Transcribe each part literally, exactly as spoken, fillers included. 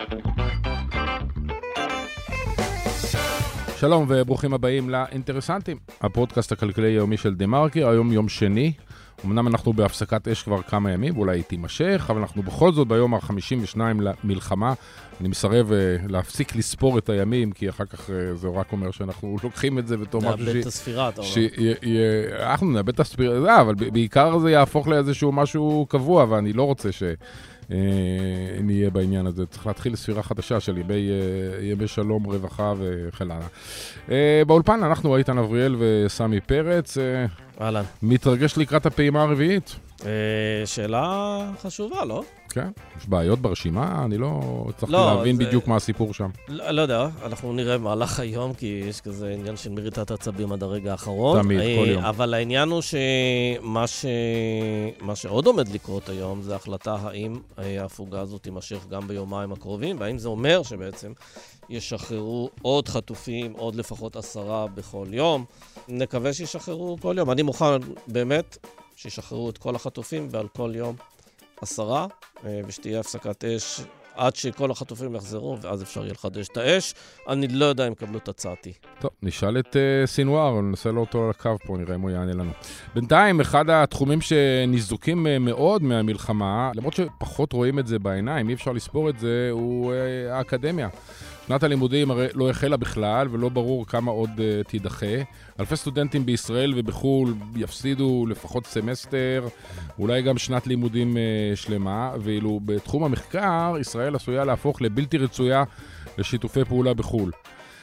שלום וברוכים הבאים לאינטרסנטים, הפודקאסט הכלכלי היומי של דה-מרקר. היום יום שני, אמנם אנחנו בהפסקת אש כבר כמה ימים, ואולי היא תימשך, אבל אנחנו בכל זאת ביום ה-חמישים ושניים למלחמה. אני מסרב להפסיק לספור את הימים, כי אחר כך זה רק אומר שאנחנו לוקחים את זה בתור משהו נאבד את הספירה, אתה אומר. אנחנו נאבד את הספירה, אבל בעיקר זה יהפוך לאיזשהו משהו קבוע, ואני לא רוצה ש... נהיה בעניין הזה. צריך להתחיל ספירה חדשה של ימי שלום, רווחה וכן הלאה. באולפן אנחנו איתן אבריאל וסמי פרץ. אהלן. מתרגש לקראת הפעימה הרביעית? שאלה חשובה, לא? כן. יש בעיות ברשימה? אני לא צריך להבין בדיוק מה הסיפור שם. לא יודע, אנחנו נראה במהלך היום, כי יש כזה עניין של מריטת עצבים עד הרגע האחרון. תמיד, כל יום. אבל העניין הוא שמה שעוד עומד לקרות היום, זה החלטה האם ההפוגה הזאת תימשך גם ביומיים הקרובים, והאם זה אומר שבעצם ישחררו עוד חטופים, עוד לפחות עשרה בכל יום. נקווה שישחררו כל יום. אני מוכן באמת שישחררו את כל החטופים ועל כל יום עשרה, ושתהיה הפסקת אש עד שכל החטופים יחזרו, ואז אפשר יהיה לחדש את האש. אני לא יודע אם קבלו את הצעתי. טוב, נשאל את uh, סינואר, ננסה לו אותו על הקו פה, נראה אם הוא יענה לנו. בינתיים, אחד התחומים שנזדוקים uh, מאוד מהמלחמה, למרות שפחות רואים את זה בעיניים, אי אפשר לספור את זה, הוא uh, האקדמיה. שנת הלימודים הרי לא החלה בכלל, ולא ברור כמה עוד uh, תידחה. אלפי סטודנטים בישראל ובחול יפסידו לפחות סמסטר, אולי גם שנת לימודים uh, שלמה, ואילו בתחום המחקר, ישראל עשויה להפוך לבלתי רצויה לשיתופי פעולה בחול.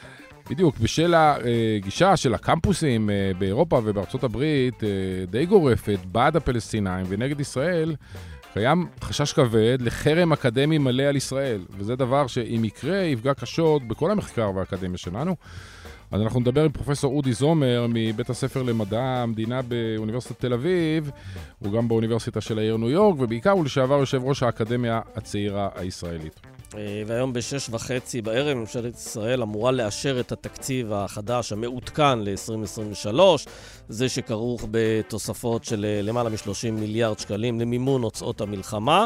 בדיוק, בשל הגישה של הקמפוסים uh, באירופה ובארצות הברית, uh, די גורפת, בעד הפלסטינאים ונגד ישראל, קיים חשש כבד לחרם אקדמי מלא על ישראל, וזה דבר שאם יקרה יפגע קשות בכל המחקר והאקדמיה שלנו. אז אנחנו נדבר עם פרופסור אודי זומר מבית הספר למדע המדינה באוניברסיטת תל אביב, הוא גם באוניברסיטה של העיר ניו יורק, ובעיקר הוא לשעבר יושב ראש האקדמיה הצעירה הישראלית. והיום בשש וחצי בערב ממשלת ישראל אמורה לאשר את התקציב החדש המעודכן ל-עשרים עשרים ושלוש, זה שכרוך בתוספות של למעלה מ-שלושים מיליארד שקלים למימון הוצאות המלחמה,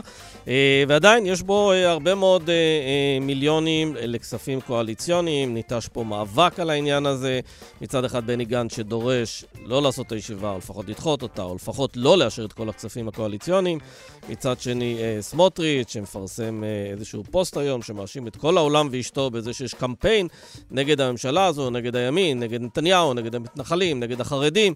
ועדיין יש בו הרבה מאוד מיליונים לכספים קואליציוניים. ניטש פה מאבק על העניין הזה, מצד אחד בני גנץ שדורש לא לעשות את הישיבה או לפחות לדחות אותה או לפחות לא לאשר את כל הכספים הקואליציוניים, מצד שני סמוטריץ' שמפרסם איזשהו פוסט היום שמאשים את כל העולם ואשתו בזה שיש קמפיין נגד הממשלה הזו, נגד הימין, נגד נתניהו, נגד המתנחלים, נגד החרדים,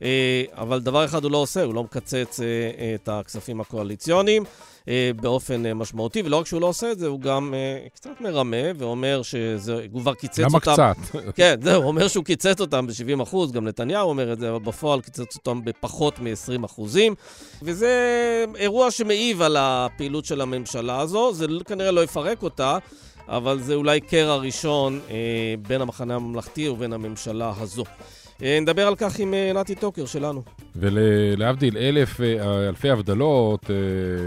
אבל דבר אחד הוא לא עושה, הוא לא מקצץ את הכספים הקואליציוניים באופן משמעותי, ולא רק שהוא לא עושה את זה, הוא גם קצת מרמה ואומר שזה, הוא כבר קיצץ אותם. למה קצת? כן, זהו, הוא אומר שהוא קיצץ אותם ב-שבעים אחוז, גם נתניהו אומר את זה, אבל בפועל קיצץ אותם בפחות מ-עשרים אחוזים, וזה אירוע שמעיב על הפעילות של הממשלה הזו. זה כנראה לא יפרק אותה, אבל זה אולי קרע ראשון אה, בין המחנה הממלכתי ובין הממשלה הזו. אה, נדבר על כך עם אה, נתי טוקר שלנו. ולהבדיל אלף, אלפי הבדלות אה,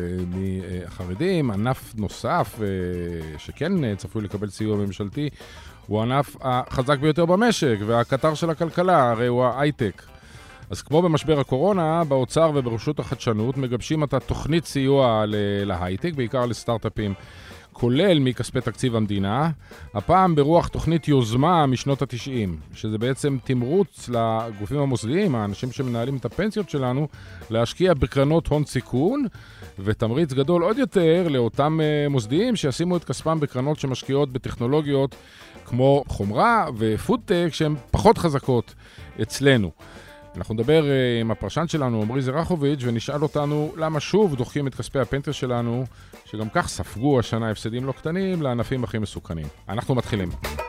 מהחרדים, ענף נוסף אה, שכן צפוי לקבל סיוע ממשלתי, הוא הענף החזק ביותר במשק והקטר של הכלכלה, הרי הוא ההייטק. אז כמו במשבר הקורונה, באוצר וברשות החדשנות מגבשים את התוכנית סיוע להייטק, בעיקר לסטארט-אפים, כולל מכספי תקציב המדינה, הפעם ברוח תוכנית יוזמה משנות ה-תשעים, שזה בעצם תמרוץ לגופים המוסדיים, האנשים שמנהלים את הפנסיות שלנו, להשקיע בקרנות הון סיכון, ותמריץ גדול עוד יותר לאותם מוסדיים שישימו את כספם בקרנות שמשקיעות בטכנולוגיות כמו חומרה ופודטק שהן פחות חזקות אצלנו. אנחנו נדבר עם הפרשן שלנו, עמרי זרחוביץ', ונשאל אותנו למה שוב דוחקים את כספי הפנסיה שלנו, שגם כך ספגו השנה הפסדים לא קטנים, לענפים הכי מסוכנים. אנחנו מתחילים.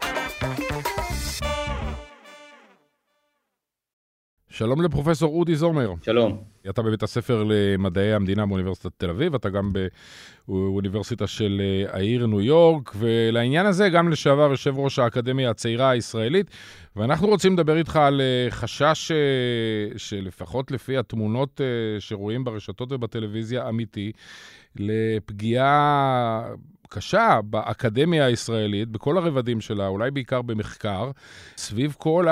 שלום לפרופסור אודי זומר. שלום. אתה בבית הספר למדעי המדינה באוניברסיטת תל אביב, אתה גם באוניברסיטה של העיר ניו יורק, ולעניין הזה גם לשעבר יושב ראש האקדמיה הצעירה הישראלית, ואנחנו רוצים לדבר איתך על חשש שלפחות לפי התמונות שרואים ברשתות ובטלוויזיה אמיתי, לפגיעה קשה באקדמיה הישראלית, בכל הרבדים שלה, אולי בעיקר במחקר, סביב כל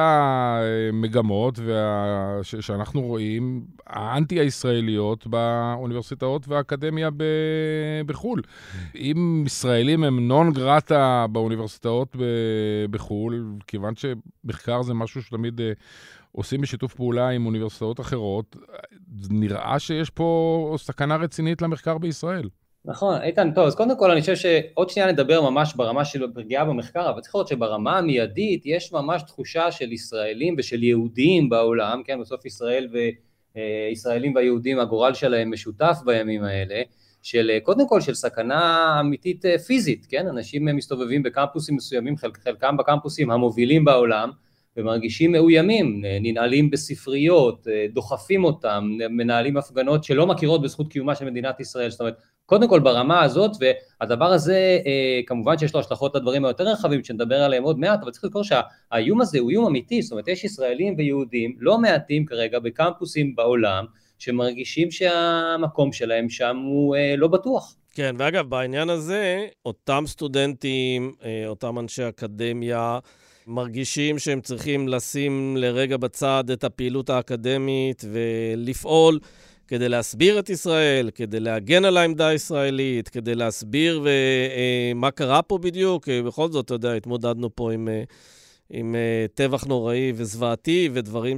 המגמות וה... ש... שאנחנו רואים, האנטי-הישראליות באוניברסיטאות והאקדמיה ב... בחול. אם ישראלים הם נון גרטה באוניברסיטאות ב... בחול, כיוון שמחקר זה משהו שתמיד עושים בשיתוף פעולה עם אוניברסיטאות אחרות, נראה שיש פה סכנה רצינית למחקר בישראל. נכון, איתן, טוב, אז קודם כל אני חושב שעוד שנייה נדבר ממש ברמה של פגיעה במחקר, אבל צריך לראות שברמה המיידית יש ממש תחושה של ישראלים ושל יהודים בעולם, כן, בסוף ישראל וישראלים והיהודים, הגורל שלהם משותף בימים האלה, של קודם כל של סכנה אמיתית פיזית, כן, אנשים מסתובבים בקמפוסים מסוימים, חלקם בקמפוסים המובילים בעולם, ומרגישים מאוימים, ננעלים בספריות, דוחפים אותם, מנהלים הפגנות שלא מכירות בזכות קיומה של מדינת ישראל, זאת אומרת, קודם כל ברמה הזאת, והדבר הזה כמובן שיש לו השלכות לדברים היותר רחבים, שנדבר עליהם עוד מעט, אבל צריך לזכור שהאיום הזה הוא איום אמיתי, זאת אומרת, יש ישראלים ויהודים לא מעטים כרגע בקמפוסים בעולם, שמרגישים שהמקום שלהם שם הוא לא בטוח. כן, ואגב, בעניין הזה, אותם סטודנטים, אותם אנשי אקדמיה, מרגישים שהם צריכים לשים לרגע בצד את הפעילות האקדמית ולפעול כדי להסביר את ישראל, כדי להגן על העמדה הישראלית, כדי להסביר מה קרה פה בדיוק. בכל זאת, אתה יודע, התמודדנו פה עם, עם טבח נוראי וזוועתי, ודברים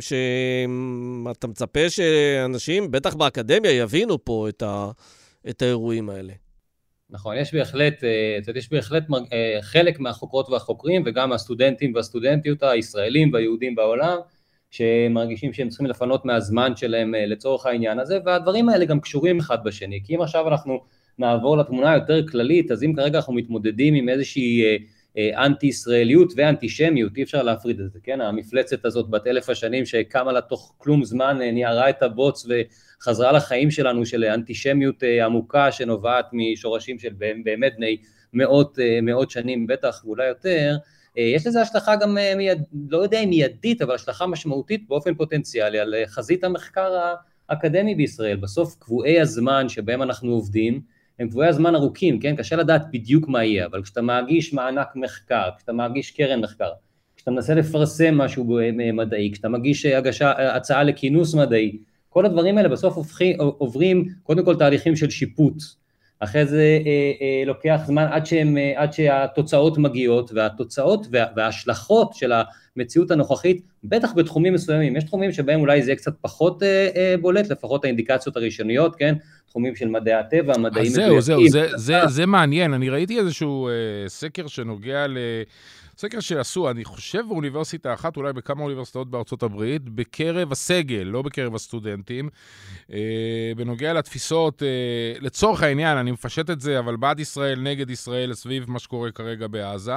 שאתה מצפה שאנשים, בטח באקדמיה, יבינו פה את, ה, את האירועים האלה. נכון, יש בהחלט, יש בהחלט חלק מהחוקרות והחוקרים, וגם הסטודנטים והסטודנטיות הישראלים והיהודים בעולם, שמרגישים שהם צריכים לפנות מהזמן שלהם לצורך העניין הזה, והדברים האלה גם קשורים אחד בשני, כי אם עכשיו אנחנו נעבור לתמונה יותר כללית, אז אם כרגע אנחנו מתמודדים עם איזושהי אנטי-ישראליות ואנטישמיות, אי אפשר להפריד את זה, כן? המפלצת הזאת בת אלף השנים שקמה לה תוך כלום זמן, ניערה את הבוץ וחזרה לחיים שלנו של אנטישמיות עמוקה שנובעת משורשים של באמת בני מאות, מאות שנים, בטח ואולי יותר, יש לזה השלכה גם, מיד, לא יודע אם מיידית, אבל השלכה משמעותית באופן פוטנציאלי על חזית המחקר האקדמי בישראל. בסוף קבועי הזמן שבהם אנחנו עובדים, הם קבועי הזמן ארוכים, כן? קשה לדעת בדיוק מה יהיה, אבל כשאתה מגיש מענק מחקר, כשאתה מגיש קרן מחקר, כשאתה מנסה לפרסם משהו מדעי, כשאתה מגיש הגשה, הצעה לכינוס מדעי, כל הדברים האלה בסוף הופכים, עוברים קודם כל תהליכים של שיפוט, אחרי זה אה, אה, לוקח זמן עד, שהם, אה, עד שהתוצאות מגיעות, והתוצאות וה, וההשלכות של המציאות הנוכחית, בטח בתחומים מסוימים, יש תחומים שבהם אולי זה יהיה קצת פחות אה, אה, בולט, לפחות האינדיקציות הראשוניות, כן? תחומים של מדעי הטבע, מדעים מדויקים. אז זהו, זהו, זה, זה, זה מעניין, אני ראיתי איזשהו אה, סקר שנוגע ל... סקר שעשו, אני חושב באוניברסיטה אחת, אולי בכמה אוניברסיטאות בארצות הברית, בקרב הסגל, לא בקרב הסטודנטים, אה, בנוגע לתפיסות, אה, לצורך העניין, אני מפשט את זה, אבל בעד ישראל, נגד ישראל, סביב מה שקורה כרגע בעזה,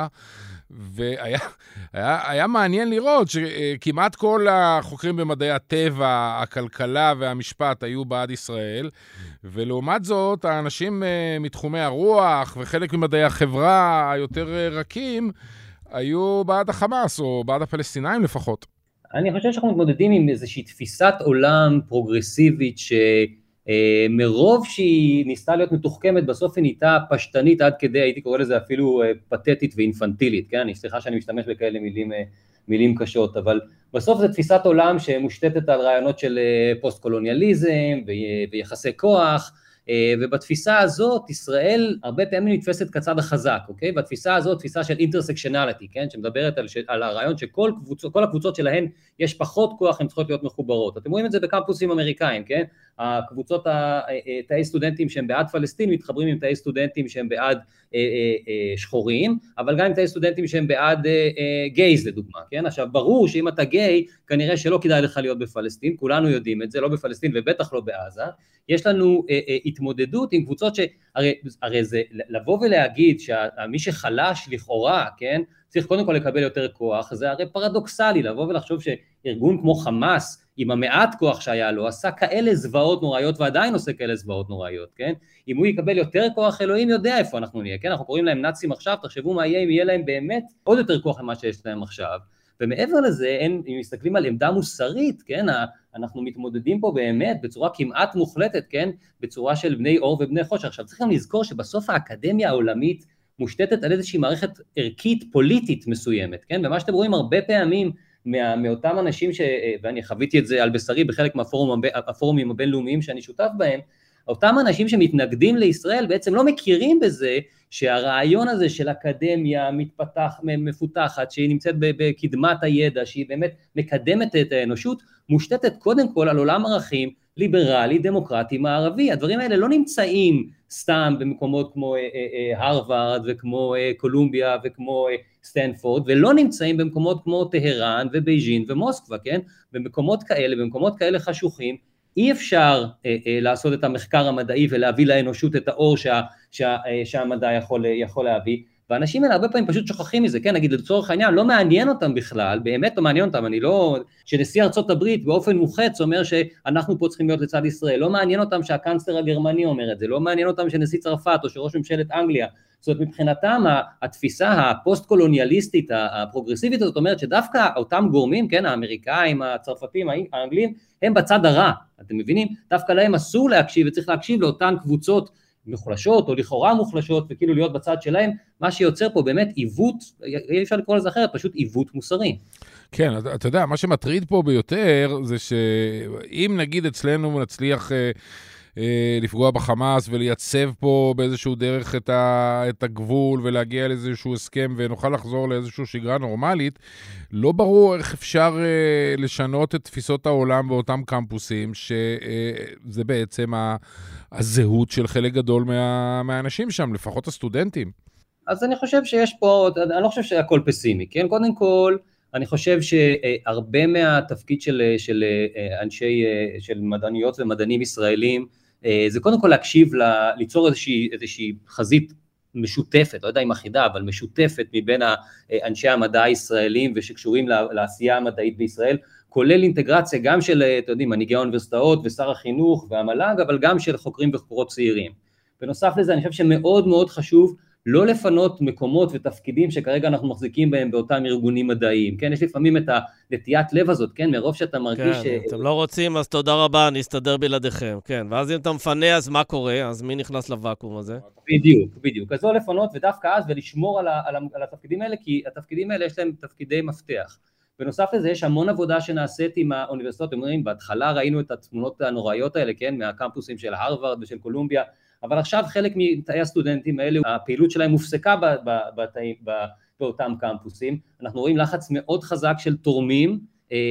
והיה היה, היה מעניין לראות שכמעט כל החוקרים במדעי הטבע, הכלכלה והמשפט היו בעד ישראל, ולעומת זאת, האנשים אה, מתחומי הרוח וחלק ממדעי החברה היותר רכים, היו בעד החמאס, או בעד הפלסטינאים לפחות. אני חושב שאנחנו מתמודדים עם איזושהי תפיסת עולם פרוגרסיבית, שמרוב שהיא ניסתה להיות מתוחכמת, בסוף היא נהייתה פשטנית עד כדי, הייתי קורא לזה אפילו פתטית ואינפנטילית, כן? אני סליחה שאני משתמש בכאלה מילים, מילים קשות, אבל בסוף זו תפיסת עולם שמושתתת על רעיונות של פוסט-קולוניאליזם ויחסי כוח, ובתפיסה הזאת ישראל הרבה פעמים נתפסת כצד החזק, אוקיי? והתפיסה הזאת, תפיסה של אינטרסקשנליטי, כן? שמדברת על, על הרעיון שכל קבוצות, כל הקבוצות שלהן יש פחות כוח, הן צריכות להיות מחוברות. אתם רואים את זה בקמפוסים אמריקאים, כן? הקבוצות, תאי סטודנטים שהם בעד פלסטין, מתחברים עם תאי סטודנטים שהם בעד שחורים, אבל גם עם תאי סטודנטים שהם בעד גייז לדוגמה, כן? עכשיו, ברור שאם אתה גיי, כנראה שלא כדאי לך להיות בפלסטין, כולנו יודעים את זה, לא בפלסטין ובטח לא בעזה. יש לנו התמודדות עם קבוצות שהרי הרי זה לבוא ולהגיד שמי שחלש לכאורה, כן? צריך קודם כל לקבל יותר כוח, זה הרי פרדוקסלי, לבוא ולחשוב שארגון כמו חמאס, עם המעט כוח שהיה לו, עשה כאלה זוועות נוראיות, ועדיין עושה כאלה זוועות נוראיות, כן? אם הוא יקבל יותר כוח, אלוהים יודע איפה אנחנו נהיה, כן? אנחנו קוראים להם נאצים עכשיו, תחשבו מה יהיה אם יהיה להם באמת עוד יותר כוח ממה שיש להם עכשיו, ומעבר לזה, אין, אם מסתכלים על עמדה מוסרית, כן? אנחנו מתמודדים פה באמת בצורה כמעט מוחלטת, כן? בצורה של בני אור ובני חושך. עכשיו, צריכים לזכור שבסוף האקדמיה העולמית מושתתת על איזושהי מערכת ערכית פוליטית מסוימת, כן? ומה שאתם רואים הרבה פעמים מה, מאותם אנשים, ש, ואני חוויתי את זה על בשרי בחלק מהפורומים הבינלאומיים שאני שותף בהם, אותם אנשים שמתנגדים לישראל בעצם לא מכירים בזה שהרעיון הזה של אקדמיה מתפתח, מפותחת, שהיא נמצאת בקדמת הידע, שהיא באמת מקדמת את האנושות, מושתתת קודם כל על עולם ערכים ליברלי, דמוקרטי, מערבי. הדברים האלה לא נמצאים סתם במקומות כמו הרווארד וכמו קולומביה וכמו סטנפורד, ולא נמצאים במקומות כמו טהרן ובייג'ין ומוסקבה, כן? במקומות כאלה, במקומות כאלה חשוכים, אי אפשר אה, אה, לעשות את המחקר המדעי ולהביא לאנושות את האור שה, שה, אה, שהמדע יכול, יכול להביא, ואנשים האלה הרבה פעמים פשוט שוכחים מזה, כן, נגיד לצורך העניין, לא מעניין אותם בכלל, באמת לא מעניין אותם, אני לא, שנשיא ארצות הברית באופן מוחץ אומר שאנחנו פה צריכים להיות לצד ישראל, לא מעניין אותם שהקנצלר הגרמני אומר את זה, לא מעניין אותם שנשיא צרפת או שראש ממשלת אנגליה, זאת אומרת מבחינתם התפיסה הפוסט-קולוניאליסטית, הפרוגרסיבית הזאת אומרת שדווקא אותם גורמים, כן, האמריקאים, הצרפתים, האנגלים, הם בצד הרע, אתם מבינים? דווקא להם אסור להקשיב וצריך להקשיב לאותן קבוצות מוחלשות או לכאורה מוחלשות וכאילו להיות בצד שלהם, מה שיוצר פה באמת עיוות, אי אפשר לקרוא לזה אחרת, פשוט עיוות מוסרי. כן, אתה יודע, מה שמטריד פה ביותר זה שאם נגיד אצלנו נצליח אה, אה, לפגוע בחמאס ולייצב פה באיזשהו דרך את, ה, את הגבול ולהגיע לאיזשהו הסכם ונוכל לחזור לאיזשהו שגרה נורמלית, לא ברור איך אפשר אה, לשנות את תפיסות העולם באותם קמפוסים, שזה אה, בעצם ה, הזהות של חלק גדול מה, מהאנשים שם, לפחות הסטודנטים. אז אני חושב שיש פה, אני לא חושב שהכל פסימי, כן? קודם כל, אני חושב שהרבה מהתפקיד של, של אנשי, של מדעניות ומדענים ישראלים, זה קודם כל להקשיב, ליצור איזושהי, איזושהי חזית משותפת, לא יודע אם אחידה, אבל משותפת מבין אנשי המדע הישראלים ושקשורים לעשייה המדעית בישראל, כולל אינטגרציה גם של, אתם יודעים, מנהיגי האוניברסיטאות ושר החינוך והמל"ג, אבל גם של חוקרים וחוקרות צעירים. בנוסף לזה, אני חושב שמאוד מאוד חשוב לא לפנות מקומות ותפקידים שכרגע אנחנו מחזיקים בהם באותם ארגונים מדעיים, כן? יש לפעמים את הנטיית לב הזאת, כן? מרוב שאתה מרגיש... כן, ש... אתם לא רוצים, אז תודה רבה, אני אסתדר בלעדיכם, כן. ואז אם אתה מפנה, אז מה קורה? אז מי נכנס לוואקום הזה? בדיוק, בדיוק. אז לא לפנות ודווקא אז ולשמור על, ה... על, ה... על התפקידים האלה, כי התפקידים האלה יש להם תפקידי מפתח. בנוסף לזה, יש המון עבודה שנעשית עם האוניברסיטאות, אומרים, בהתחלה ראינו את התמונות הנוראיות האלה, כן? מהקמפוסים של הרווארד ושל קולומביה, אבל עכשיו חלק מתאי הסטודנטים האלה, הפעילות שלהם מופסקה בתאי, באותם קמפוסים, אנחנו רואים לחץ מאוד חזק של תורמים,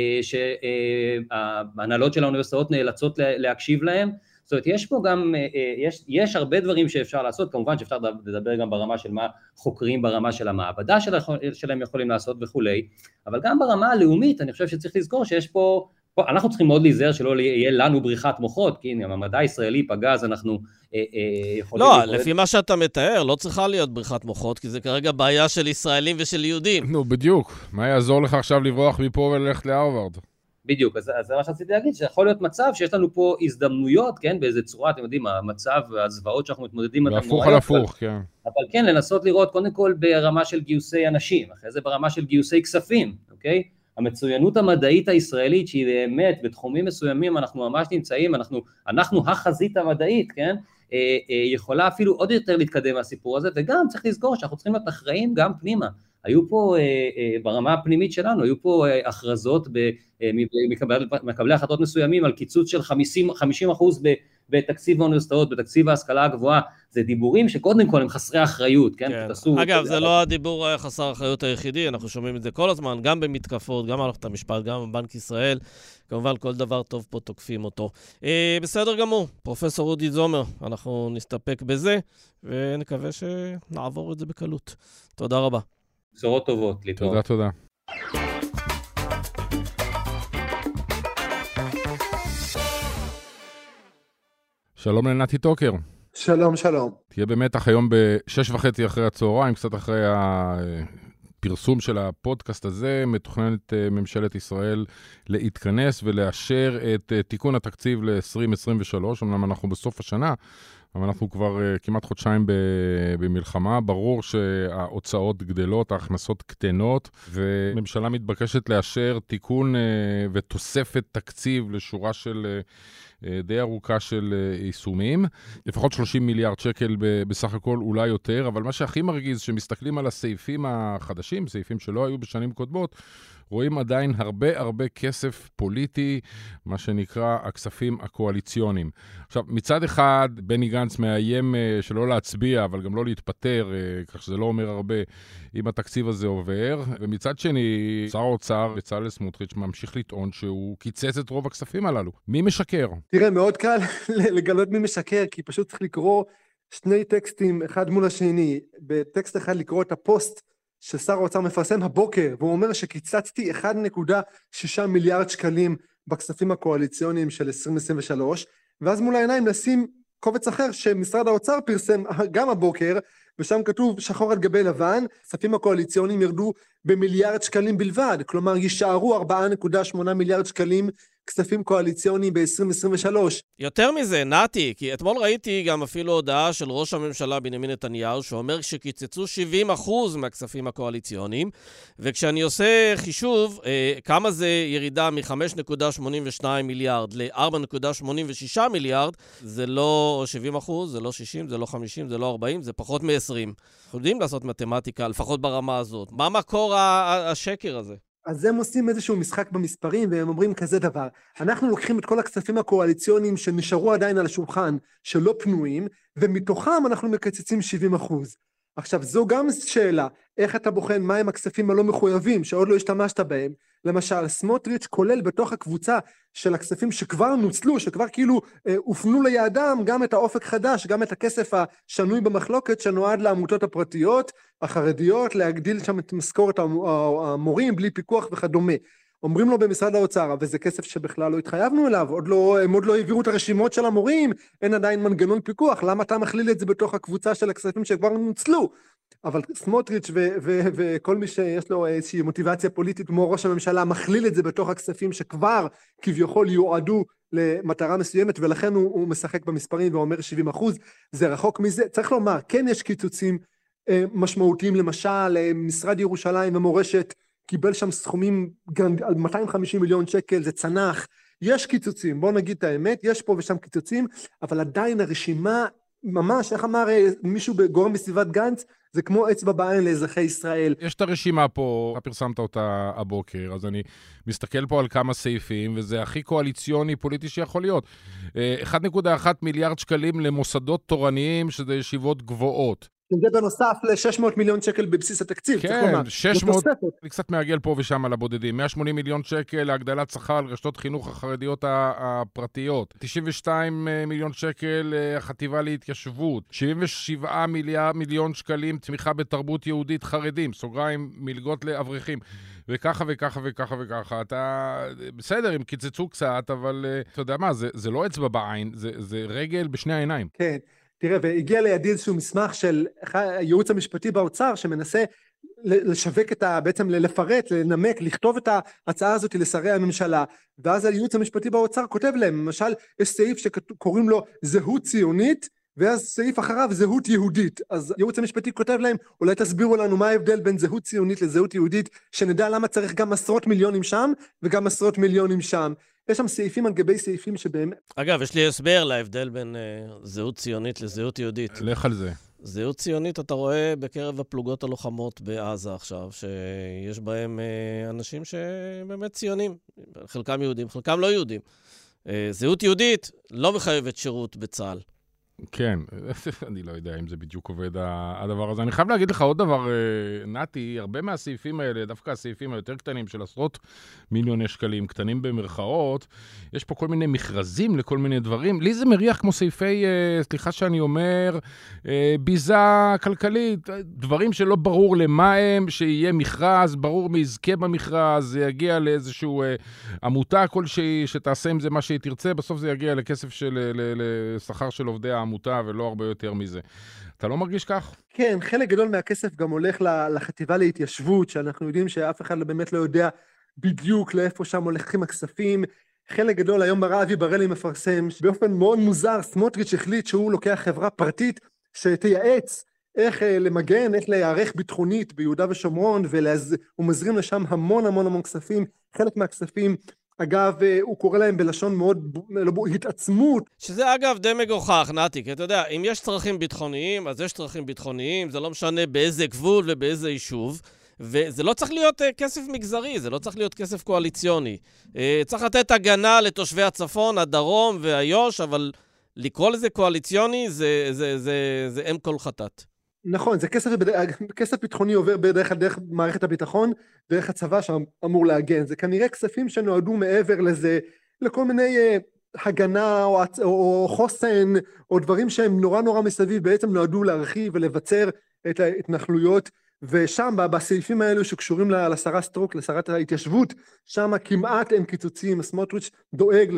שההנהלות של האוניברסיטאות נאלצות להקשיב להם, זאת אומרת, יש פה גם, יש, יש הרבה דברים שאפשר לעשות, כמובן שאפשר לדבר גם ברמה של מה חוקרים ברמה של המעבדה שלהם יכולים לעשות וכולי, אבל גם ברמה הלאומית, אני חושב שצריך לזכור שיש פה, אנחנו צריכים מאוד להיזהר שלא יהיה לנו בריחת מוחות, כי אם המדע הישראלי פגע, אז אנחנו אה, אה, יכולים... לא, לפעול... לפי מה שאתה מתאר, לא צריכה להיות בריחת מוחות, כי זה כרגע בעיה של ישראלים ושל יהודים. נו, בדיוק. מה יעזור לך עכשיו לברוח מפה וללכת להרווארד? בדיוק, אז, אז זה מה שרציתי להגיד, שיכול להיות מצב שיש לנו פה הזדמנויות, כן, באיזה צורה, אתם יודעים, המצב והזוועות שאנחנו מתמודדים... והפוך על הפוך, כן. אבל כן, לנסות לראות קודם כל ברמה של גיוסי אנשים, אחרי זה ברמה של גיוסי כספים, אוקיי? המצוינות המדעית הישראלית שהיא באמת בתחומים מסוימים אנחנו ממש נמצאים, אנחנו, אנחנו החזית המדעית, כן? יכולה אפילו עוד יותר להתקדם מהסיפור הזה, וגם צריך לזכור שאנחנו צריכים להיות אחראים גם פנימה. היו פה ברמה הפנימית שלנו, היו פה הכרזות מקבלי החלטות מסוימים על קיצוץ של חמישים אחוז בתקציב האוניברסיטאות, בתקציב ההשכלה הגבוהה, זה דיבורים שקודם כל הם חסרי אחריות, כן? כן. תעשו, אגב, זה לא הדיבור חסר אחריות היחידי, אנחנו שומעים את זה כל הזמן, גם במתקפות, גם על המשפט, גם בבנק ישראל, כמובן כל דבר טוב פה תוקפים אותו. אה, בסדר גמור, פרופסור אודי זומר, אנחנו נסתפק בזה, ונקווה שנעבור את זה בקלות. תודה רבה. בשורות טובות. תודה, תודה. שלום לנתי טוקר. שלום, שלום. תהיה במתח היום בשש וחצי אחרי הצהריים, קצת אחרי הפרסום של הפודקאסט הזה, מתוכננת ממשלת ישראל להתכנס ולאשר את תיקון התקציב ל-עשרים עשרים ושלוש, אמנם אנחנו בסוף השנה, אבל אנחנו כבר uh, כמעט חודשיים במלחמה, ברור שההוצאות גדלות, ההכנסות קטנות, וממשלה מתבקשת לאשר תיקון uh, ותוספת תקציב לשורה של uh, די ארוכה של uh, יישומים, לפחות שלושים מיליארד שקל ב- בסך הכל, אולי יותר, אבל מה שהכי מרגיז, שמסתכלים על הסעיפים החדשים, סעיפים שלא היו בשנים קודמות, רואים עדיין הרבה הרבה כסף פוליטי, מה שנקרא הכספים הקואליציוניים. עכשיו, מצד אחד, בני גנץ מאיים שלא להצביע, אבל גם לא להתפטר, כך שזה לא אומר הרבה אם התקציב הזה עובר, ומצד שני, שר האוצר בצלאל סמוטריץ' ממשיך לטעון שהוא קיצץ את רוב הכספים הללו. מי משקר? תראה, מאוד קל לגלות מי משקר, כי פשוט צריך לקרוא שני טקסטים אחד מול השני. בטקסט אחד לקרוא את הפוסט ששר האוצר מפרסם הבוקר, והוא אומר שקיצצתי אחד נקודה שישה מיליארד שקלים בכספים הקואליציוניים של עשרים עשרים ושלוש, ואז מול העיניים לשים קובץ אחר שמשרד האוצר פרסם גם הבוקר, ושם כתוב שחור על גבי לבן, כספים הקואליציוניים ירדו במיליארד שקלים בלבד, כלומר יישארו ארבע נקודה שמונה מיליארד שקלים כספים קואליציוניים ב-עשרים עשרים ושלוש. יותר מזה, נתי, כי אתמול ראיתי גם אפילו הודעה של ראש הממשלה בנימין נתניהו, שאומר שקיצצו שבעים אחוז מהכספים הקואליציוניים, וכשאני עושה חישוב, אה, כמה זה ירידה מ-חמש נקודה שמונים ושתיים מיליארד ל-ארבע נקודה שמונים ושישה מיליארד, זה לא שבעים אחוז, זה לא שישים, זה לא חמישים, זה לא ארבעים, זה פחות מ-עשרים. אנחנו יודעים לעשות מתמטיקה, לפחות ברמה הזאת. מה מקור השקר הזה? אז הם עושים איזשהו משחק במספרים, והם אומרים כזה דבר, אנחנו לוקחים את כל הכספים הקואליציוניים שנשארו עדיין על השולחן, שלא פנויים, ומתוכם אנחנו מקצצים שבעים אחוז. עכשיו, זו גם שאלה, איך אתה בוחן מהם הכספים הלא מחויבים, שעוד לא השתמשת בהם? למשל, סמוטריץ' כולל בתוך הקבוצה של הכספים שכבר נוצלו, שכבר כאילו אה, הופנו ליעדם, גם את האופק חדש, גם את הכסף השנוי במחלוקת, שנועד לעמותות הפרטיות, החרדיות, להגדיל שם את משכורת המורים, בלי פיקוח וכדומה. אומרים לו במשרד האוצר, וזה כסף שבכלל לא התחייבנו אליו, עוד לא, הם עוד לא העבירו את הרשימות של המורים, אין עדיין מנגנון פיקוח, למה אתה מכליל את זה בתוך הקבוצה של הכספים שכבר נוצלו? אבל סמוטריץ' ו- ו- וכל מי שיש לו איזושהי מוטיבציה פוליטית כמו ראש הממשלה, מכליל את זה בתוך הכספים שכבר כביכול יועדו למטרה מסוימת, ולכן הוא, הוא משחק במספרים ואומר שבעים אחוז, זה רחוק מזה. צריך לומר, כן יש קיצוצים אה, משמעותיים, למשל, אה, משרד ירושלים ומורשת, קיבל שם סכומים על מאתיים וחמישים מיליון שקל, זה צנח, יש קיצוצים, בואו נגיד את האמת, יש פה ושם קיצוצים, אבל עדיין הרשימה, ממש, איך אמר מישהו בגורם בסביבת גנץ, זה כמו אצבע בעין לאזרחי ישראל. יש את הרשימה פה, אתה פרסמת אותה הבוקר, אז אני מסתכל פה על כמה סעיפים, וזה הכי קואליציוני פוליטי שיכול להיות. אחד נקודה אחת מיליארד שקלים למוסדות תורניים, שזה ישיבות גבוהות. זה בנוסף ל-שש מאות מיליון שקל בבסיס התקציב. כן, שש מאות, אני קצת מעגל פה ושם על הבודדים, מאה ושמונים מיליון שקל להגדלת שכר על רשתות חינוך החרדיות הפרטיות, תשעים ושתיים מיליון שקל החטיבה להתיישבות, שבעים ושבעה מיליון שקלים תמיכה בתרבות יהודית חרדים, סוגריים מלגות לאברכים, וככה וככה וככה וככה. אתה, בסדר, הם קיצצו קצת, אבל אתה יודע מה, זה, זה לא אצבע בעין, זה, זה רגל בשני העיניים. כן. תראה, והגיע לידי איזשהו מסמך של הייעוץ המשפטי באוצר, שמנסה לשווק את ה... בעצם לפרט, לנמק, לכתוב את ההצעה הזאת לשרי הממשלה, ואז הייעוץ המשפטי באוצר כותב להם, למשל, יש סעיף שקוראים לו זהות ציונית, ואז סעיף אחריו זהות יהודית. אז הייעוץ המשפטי כותב להם, אולי תסבירו לנו מה ההבדל בין זהות ציונית לזהות יהודית, שנדע למה צריך גם עשרות מיליונים שם, וגם עשרות מיליונים שם. יש שם סעיפים על גבי סעיפים שבאמת... אגב, יש לי הסבר להבדל בין uh, זהות ציונית לזהות יהודית. לך על זה. זהות ציונית אתה רואה בקרב הפלוגות הלוחמות בעזה עכשיו, שיש בהם uh, אנשים שבאמת ציונים, חלקם יהודים, חלקם לא יהודים. Uh, זהות יהודית לא מחייבת שירות בצה"ל. כן, אני לא יודע אם זה בדיוק עובד הדבר הזה. אני חייב להגיד לך עוד דבר, נתי, הרבה מהסעיפים האלה, דווקא הסעיפים היותר קטנים של עשרות מיליוני שקלים, קטנים במרכאות, יש פה כל מיני מכרזים לכל מיני דברים. לי זה מריח כמו סעיפי, סליחה שאני אומר, ביזה כלכלית, דברים שלא ברור למה הם, שיהיה מכרז, ברור מי יזכה במכרז, זה יגיע לאיזשהו עמותה כלשהי, שתעשה עם זה מה שהיא תרצה, בסוף זה יגיע לכסף של, לשכר של עובדי העמותה, ולא הרבה יותר מזה. אתה לא מרגיש כך? כן, חלק גדול מהכסף גם הולך לחטיבה להתיישבות, שאנחנו יודעים שאף אחד באמת לא יודע בדיוק לאיפה שם הולכים הכספים. חלק גדול היום ברא אבי בראלי מפרסם, באופן מאוד מוזר, סמוטריץ' החליט שהוא לוקח חברה פרטית שתייעץ איך למגן, איך להיערך ביטחונית ביהודה ושומרון, והוא מזרים לשם המון המון המון כספים, חלק מהכספים, אגב, הוא קורא להם בלשון מאוד, התעצמות. שזה אגב די מגוחך, נתי, כי אתה יודע, אם יש צרכים ביטחוניים, אז יש צרכים ביטחוניים, זה לא משנה באיזה גבול ובאיזה יישוב, וזה לא צריך להיות uh, כסף מגזרי, זה לא צריך להיות כסף קואליציוני. Uh, צריך לתת הגנה לתושבי הצפון, הדרום והיוש, אבל לקרוא לזה קואליציוני זה, זה, זה, זה אם כל חטאת. נכון, זה כסף, כסף ביטחוני עובר בדרך, דרך מערכת הביטחון, דרך הצבא שאמור להגן. זה כנראה כספים שנועדו מעבר לזה, לכל מיני uh, הגנה או, או חוסן, או דברים שהם נורא נורא מסביב, בעצם נועדו להרחיב ולבצר את ההתנחלויות, ושם בסעיפים האלו שקשורים לשרה סטרוק, לשרת ההתיישבות, שם כמעט אין קיצוצים. סמוטריץ' דואג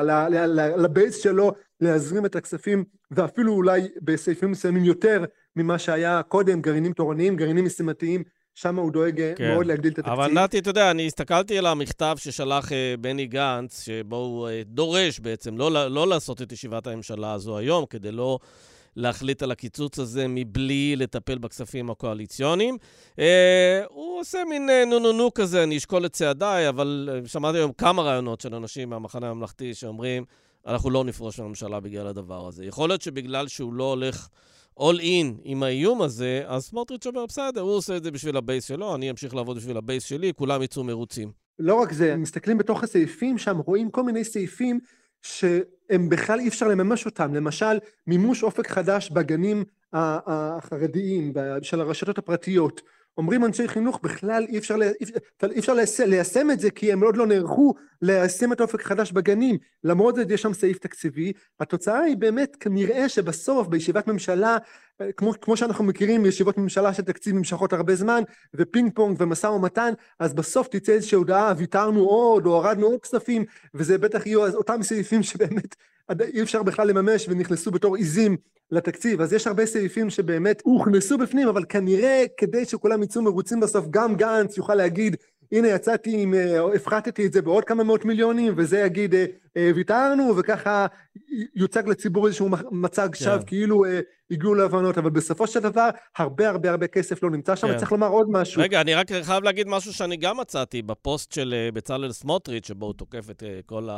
לבייס שלו להזרים את הכספים, ואפילו אולי בסעיפים מסוימים יותר ממה שהיה קודם, גרעינים תורניים, גרעינים משימתיים, שם הוא דואג כן. מאוד להגדיל את התקציב. אבל נתי, אתה יודע, אני הסתכלתי על המכתב ששלח בני גנץ, שבו הוא דורש בעצם לא, לא לעשות את ישיבת הממשלה הזו היום, כדי לא להחליט על הקיצוץ הזה מבלי לטפל בכספים הקואליציוניים. אה, הוא עושה מין נו-נו-נו כזה, אני אשקול את צעדיי, אבל שמעתי היום כמה רעיונות של אנשים מהמחנה הממלכתי שאומרים, אנחנו לא נפרוש מהממשלה בגלל הדבר הזה. יכול להיות שבגלל שהוא לא הולך all in עם האיום הזה, אז סמוטריץ' אומר, בסדר, הוא עושה את זה בשביל הבייס שלו, אני אמשיך לעבוד בשביל הבייס שלי, כולם יצאו מרוצים. לא רק זה, מסתכלים בתוך הסעיפים שם, רואים כל מיני סעיפים שהם בכלל אי אפשר לממש אותם, למשל מימוש אופק חדש בגנים החרדיים של הרשתות הפרטיות. אומרים אנשי חינוך, בכלל אי אפשר, אי אפשר ליישם את זה, כי הם עוד לא נערכו ליישם את אופק חדש בגנים. למרות זה יש שם סעיף תקציבי. התוצאה היא באמת כנראה שבסוף בישיבת ממשלה, כמו, כמו שאנחנו מכירים ישיבות ממשלה של תקציב נמשכות הרבה זמן, ופינג פונג ומשא ומתן, אז בסוף תצא איזושהי הודעה, ויתרנו עוד או הורדנו עוד כספים, וזה בטח יהיו אז אותם סעיפים שבאמת אי אפשר בכלל לממש ונכנסו בתור עיזים לתקציב. אז יש הרבה סעיפים שבאמת הוכנסו בפנים, אבל כנראה כדי שכולם יצאו מרוצים בסוף, גם גנץ יוכל להגיד, הנה יצאתי, הפחתתי את זה בעוד כמה מאות מיליונים, וזה יגיד, ויתרנו, וככה יוצג לציבור איזשהו מצג שווא, כאילו הגיעו להבנות, אבל בסופו של דבר, הרבה הרבה הרבה כסף לא נמצא שם, וצריך לומר עוד משהו. רגע, אני רק חייב להגיד משהו שאני גם מצאתי, בפוסט של בצלאל סמוטריץ', שבו הוא תוקף את כל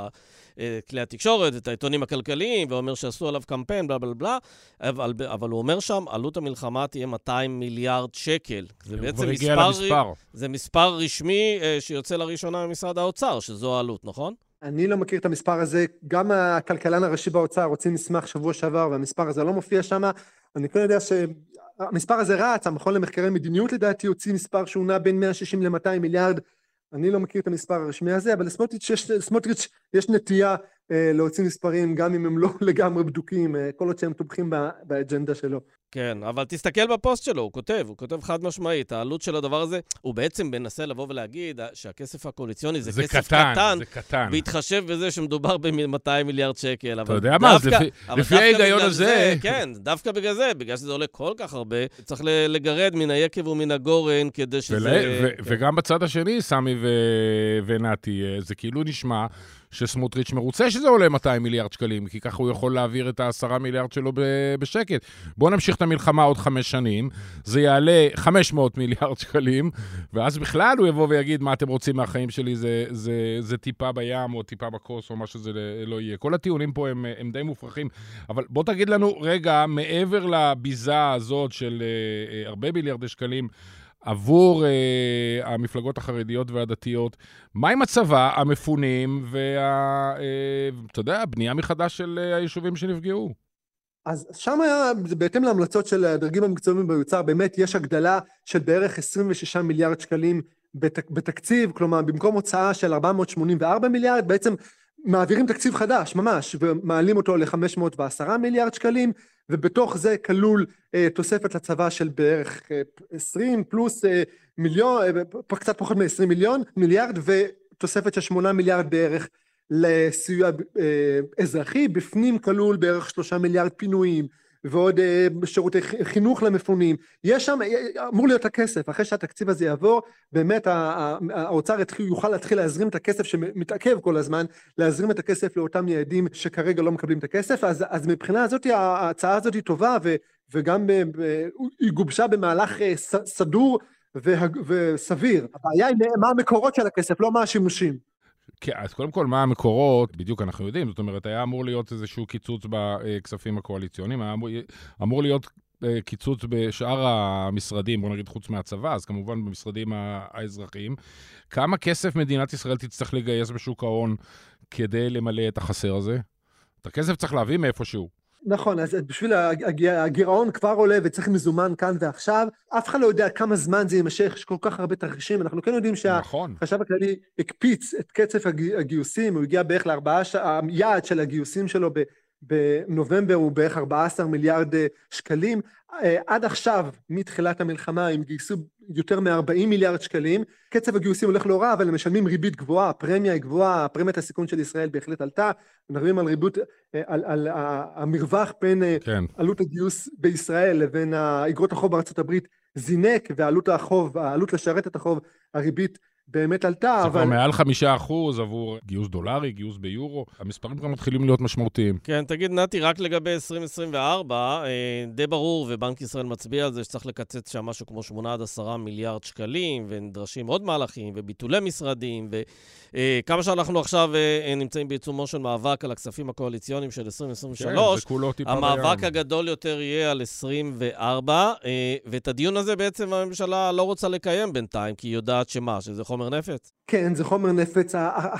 כלי התקשורת, את העיתונים הכלכליים, ואומר שעשו עליו קמפיין, בלה בלה בלה, אבל, אבל הוא אומר שם, עלות המלחמה תהיה מאתיים מיליארד שקל. זה בעצם מספר, זה מספר רשמי שיוצא לראשונה ממשרד האוצר, שזו העלות, נכון? אני לא מכיר את המספר הזה, גם הכלכלן הראשי באוצר רוצים מסמך שבוע שעבר, והמספר הזה לא מופיע שם. אני כן יודע שהמספר הזה רץ, המכון למחקרי מדיניות לדעתי הוציא מספר שהוא נע בין מאה ושישים ל-מאתיים מיליארד, אני לא מכיר את המספר הרשמי הזה, אבל לסמוטריץ' יש, לסמוטריץ' יש נטייה אה, להוציא מספרים, גם אם הם לא לגמרי בדוקים, אה, כל עוד שהם תומכים באג'נדה שלו. כן, אבל תסתכל בפוסט שלו, הוא כותב, הוא כותב חד משמעית, העלות של הדבר הזה, הוא בעצם מנסה לבוא ולהגיד שהכסף הקואליציוני זה, זה כסף קטן, קטן, זה קטן, והתחשב בזה שמדובר ב-מאתיים מיליארד שקל. אתה יודע מה, לפי, לפי ההיגיון הזה... זה, כן, דווקא בגלל זה, בגלל שזה עולה כל כך הרבה, צריך לגרד מן היקב ומן הגורן כדי שזה... ול, ו- כן. וגם בצד השני, סמי ו- ונתי, זה כאילו נשמע שסמוטריץ' מרוצה שזה עולה מאתיים מיליארד שקלים, כי ככה הוא יכול להעביר את העשרה מיליארד שלו בשקט. בואו נמשיך את המלחמה עוד חמש שנים, זה יעלה חמש מאות מיליארד שקלים, ואז בכלל הוא יבוא ויגיד, מה אתם רוצים מהחיים שלי, זה, זה, זה טיפה בים או טיפה בכוס או מה שזה לא יהיה. כל הטיעונים פה הם, הם די מופרכים, אבל בוא תגיד לנו רגע, מעבר לביזה הזאת של uh, הרבה מיליארדי שקלים, עבור uh, המפלגות החרדיות והדתיות, מה עם הצבא, המפונים וה, uh, אתה יודע, בנייה מחדש של uh, היישובים שנפגעו? אז שם היה, בהתאם להמלצות של הדרגים המקצועיים ביוצר, באמת יש הגדלה של בערך עשרים ושישה מיליארד שקלים בתק, בתקציב, כלומר במקום הוצאה של ארבע מאות שמונים וארבע מיליארד, בעצם מעבירים תקציב חדש ממש, ומעלים אותו ל-חמש מאות ועשרה מיליארד שקלים, ובתוך זה כלול אה, תוספת לצבא של בערך אה, עשרים פלוס אה, מיליון, אה, קצת פחות מ-עשרים מיליון, מיליארד, ותוספת של שמונה מיליארד בערך לסיוע אה, אזרחי, בפנים כלול בערך שלושה מיליארד פינויים, ועוד שירותי חינוך למפונים. יש שם, אמור להיות הכסף, אחרי שהתקציב הזה יעבור, באמת האוצר יוכל להתחיל להזרים את הכסף שמתעכב כל הזמן, להזרים את הכסף לאותם יעדים שכרגע לא מקבלים את הכסף, אז, אז מבחינה הזאת, ההצעה הזאת היא טובה, ו, וגם היא גובשה במהלך סדור וסביר. הבעיה היא מה המקורות של הכסף, לא מה השימושים. כן, אז קודם כל, מה המקורות? בדיוק אנחנו יודעים, זאת אומרת, היה אמור להיות איזשהו קיצוץ בכספים הקואליציוניים, היה אמור, אמור להיות קיצוץ בשאר המשרדים, בוא נגיד חוץ מהצבא, אז כמובן במשרדים האזרחיים. כמה כסף מדינת ישראל תצטרך לגייס בשוק ההון כדי למלא את החסר הזה? את הכסף צריך להביא מאיפשהו. נכון, אז בשביל הגירעון כבר עולה וצריך מזומן כאן ועכשיו, אף אחד לא יודע כמה זמן זה יימשך, יש כל כך הרבה תרחישים, אנחנו כן יודעים שהחשב הכללי הקפיץ את קצב הגיוסים, הוא הגיע בערך לארבעה, היעד של הגיוסים שלו בנובמבר הוא בערך ארבעה עשר מיליארד שקלים, עד עכשיו, מתחילת המלחמה, הם גייסו יותר מ-ארבעים מיליארד שקלים, קצב הגיוסים הולך לא רע, אבל הם משלמים ריבית גבוהה, הפרמיה היא גבוהה, פרמיית הסיכון של ישראל בהחלט עלתה, מדברים על ריבית, על, על, על המרווח בין כן. עלות הגיוס בישראל לבין האגרות החוב בארצות הברית זינק, ועלות החוב, העלות לשרת את החוב, הריבית באמת עלתה, זה אבל... כבר מעל חמישה אחוז עבור גיוס דולרי, גיוס ביורו, המספרים כבר מתחילים להיות משמעותיים. כן, תגיד נתי, רק לגבי עשרים עשרים וארבע, די ברור, ובנק ישראל מצביע על זה שצריך לקצץ שם משהו כמו שמונה עד עשרה מיליארד שקלים, ונדרשים עוד מהלכים, וביטולי משרדים, וכמה שאנחנו עכשיו נמצאים בעיצומו של מאבק על הכספים הקואליציוניים של עשרים עשרים ושלוש, כן, המאבק הגדול יותר יהיה על עשרים וארבע, ואת הדיון הזה בעצם הממשלה לא רוצה לקיים בינתיים, כי היא יודעת שמה, שזה חומר נפץ? כן, זה חומר נפץ.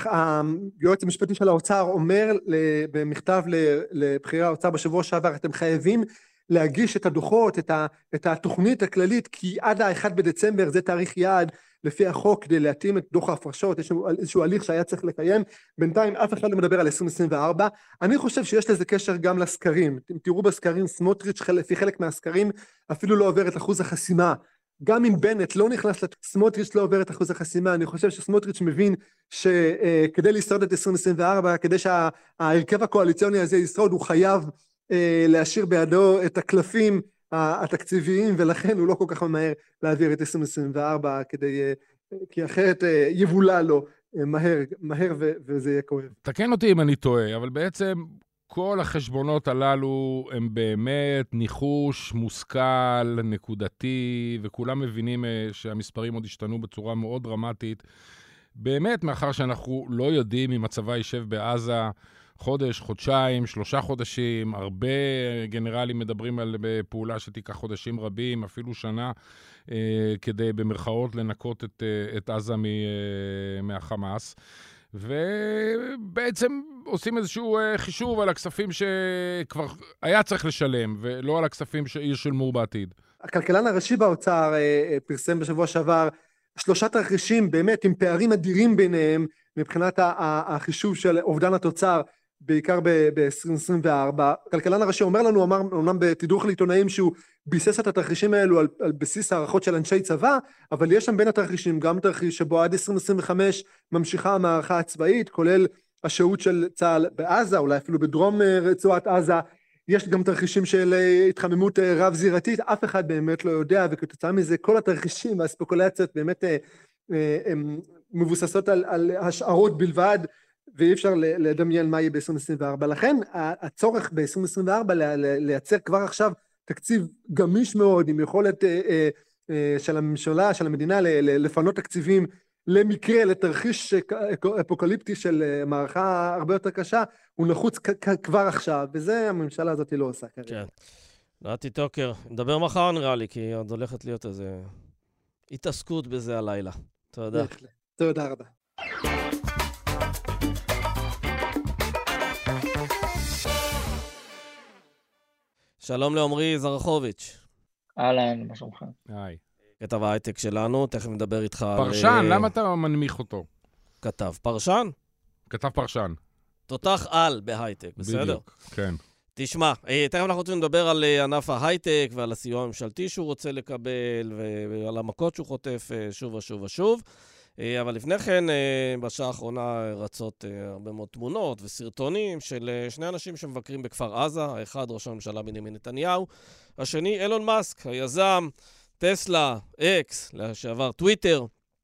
היועץ המשפטי של האוצר אומר במכתב לבכירי האוצר בשבוע שעבר, אתם חייבים להגיש את הדוחות, את התוכנית הכללית, כי עד ה-אחד בדצמבר זה תאריך יעד לפי החוק כדי להתאים את דוח ההפרשות, יש איזשהו הליך שהיה צריך לקיים, בינתיים אף אחד לא מדבר על עשרים עשרים וארבע, אני חושב שיש לזה קשר גם לסקרים, אתם תראו בסקרים, סמוטריץ' לפי חלק מהסקרים אפילו לא עובר את אחוז החסימה, גם אם בנט לא נכנס, סמוטריץ' לא עובר את אחוז החסימה, אני חושב שסמוטריץ' מבין שכדי לשרוד את עשרים עשרים וארבע, כדי שההרכב הקואליציוני הזה ישרוד, הוא חייב להשאיר בידו את הקלפים התקציביים, ולכן הוא לא כל כך ממהר להעביר את עשרים עשרים וארבע, כדי, כי אחרת יבולה לו מהר, מהר וזה יהיה כואב. תקן אותי אם אני טועה, אבל בעצם כל החשבונות הללו הם באמת ניחוש, מושכל, נקודתי, וכולם מבינים שהמספרים עוד השתנו בצורה מאוד דרמטית. באמת, מאחר שאנחנו לא יודעים אם הצבא יישב בעזה חודש, חודשיים, שלושה חודשים, הרבה גנרלים מדברים על פעולה שתיקח חודשים רבים, אפילו שנה, כדי במרכאות לנקות את, את עזה מהחמאס. ובעצם עושים איזשהו חישוב על הכספים שכבר היה צריך לשלם, ולא על הכספים שישולמו בעתיד. הכלכלן הראשי באוצר פרסם בשבוע שעבר שלושה תרחישים באמת עם פערים אדירים ביניהם, מבחינת החישוב של אובדן התוצר, בעיקר ב-עשרים עשרים וארבע. הכלכלן הראשי אומר לנו, אמר אומנם בתדרוך לעיתונאים שהוא ביסס את התרחישים האלו על, על בסיס הערכות של אנשי צבא, אבל יש שם בין התרחישים גם תרחיש שבו עד עשרים עשרים וחמש ממשיכה המערכה הצבאית, כולל השהות של צה"ל בעזה, אולי אפילו בדרום רצועת עזה. יש גם תרחישים של התחממות רב זירתית, אף אחד באמת לא יודע, וכתוצאה מזה כל התרחישים והספקולציות באמת הם מבוססות על, על השערות בלבד, ואי אפשר לדמיין מה יהיה ב-עשרים עשרים וארבע. לכן הצורך ב-עשרים עשרים וארבע לייצר כבר עכשיו תקציב גמיש מאוד, עם יכולת של הממשלה, של המדינה, לפנות תקציבים למקרה, לתרחיש אפוקליפטי של מערכה הרבה יותר קשה, הוא נחוץ כבר עכשיו, וזה הממשלה הזאת לא עושה כרגע. כן. נתי טוקר, נדבר מחר נראה לי, כי עוד הולכת להיות איזה התעסקות בזה הלילה. תודה. תודה רבה. שלום לעומרי זרחוביץ'. אהלן, מה שלומך? היי. כתב ההייטק שלנו, תכף נדבר איתך על... פרשן, למה אתה מנמיך אותו? כתב פרשן? כתב פרשן. תותח על בהייטק, בסדר? בדיוק, כן. תשמע, תכף אנחנו רוצים לדבר על ענף ההייטק ועל הסיוע הממשלתי שהוא רוצה לקבל ועל המכות שהוא חוטף שוב ושוב ושוב. אבל לפני כן, בשעה האחרונה רצות הרבה מאוד תמונות וסרטונים של שני אנשים שמבקרים בכפר עזה, האחד ראש הממשלה בנימין נתניהו, השני אילון מאסק, היזם, טסלה, אקס, לשעבר טוויטר,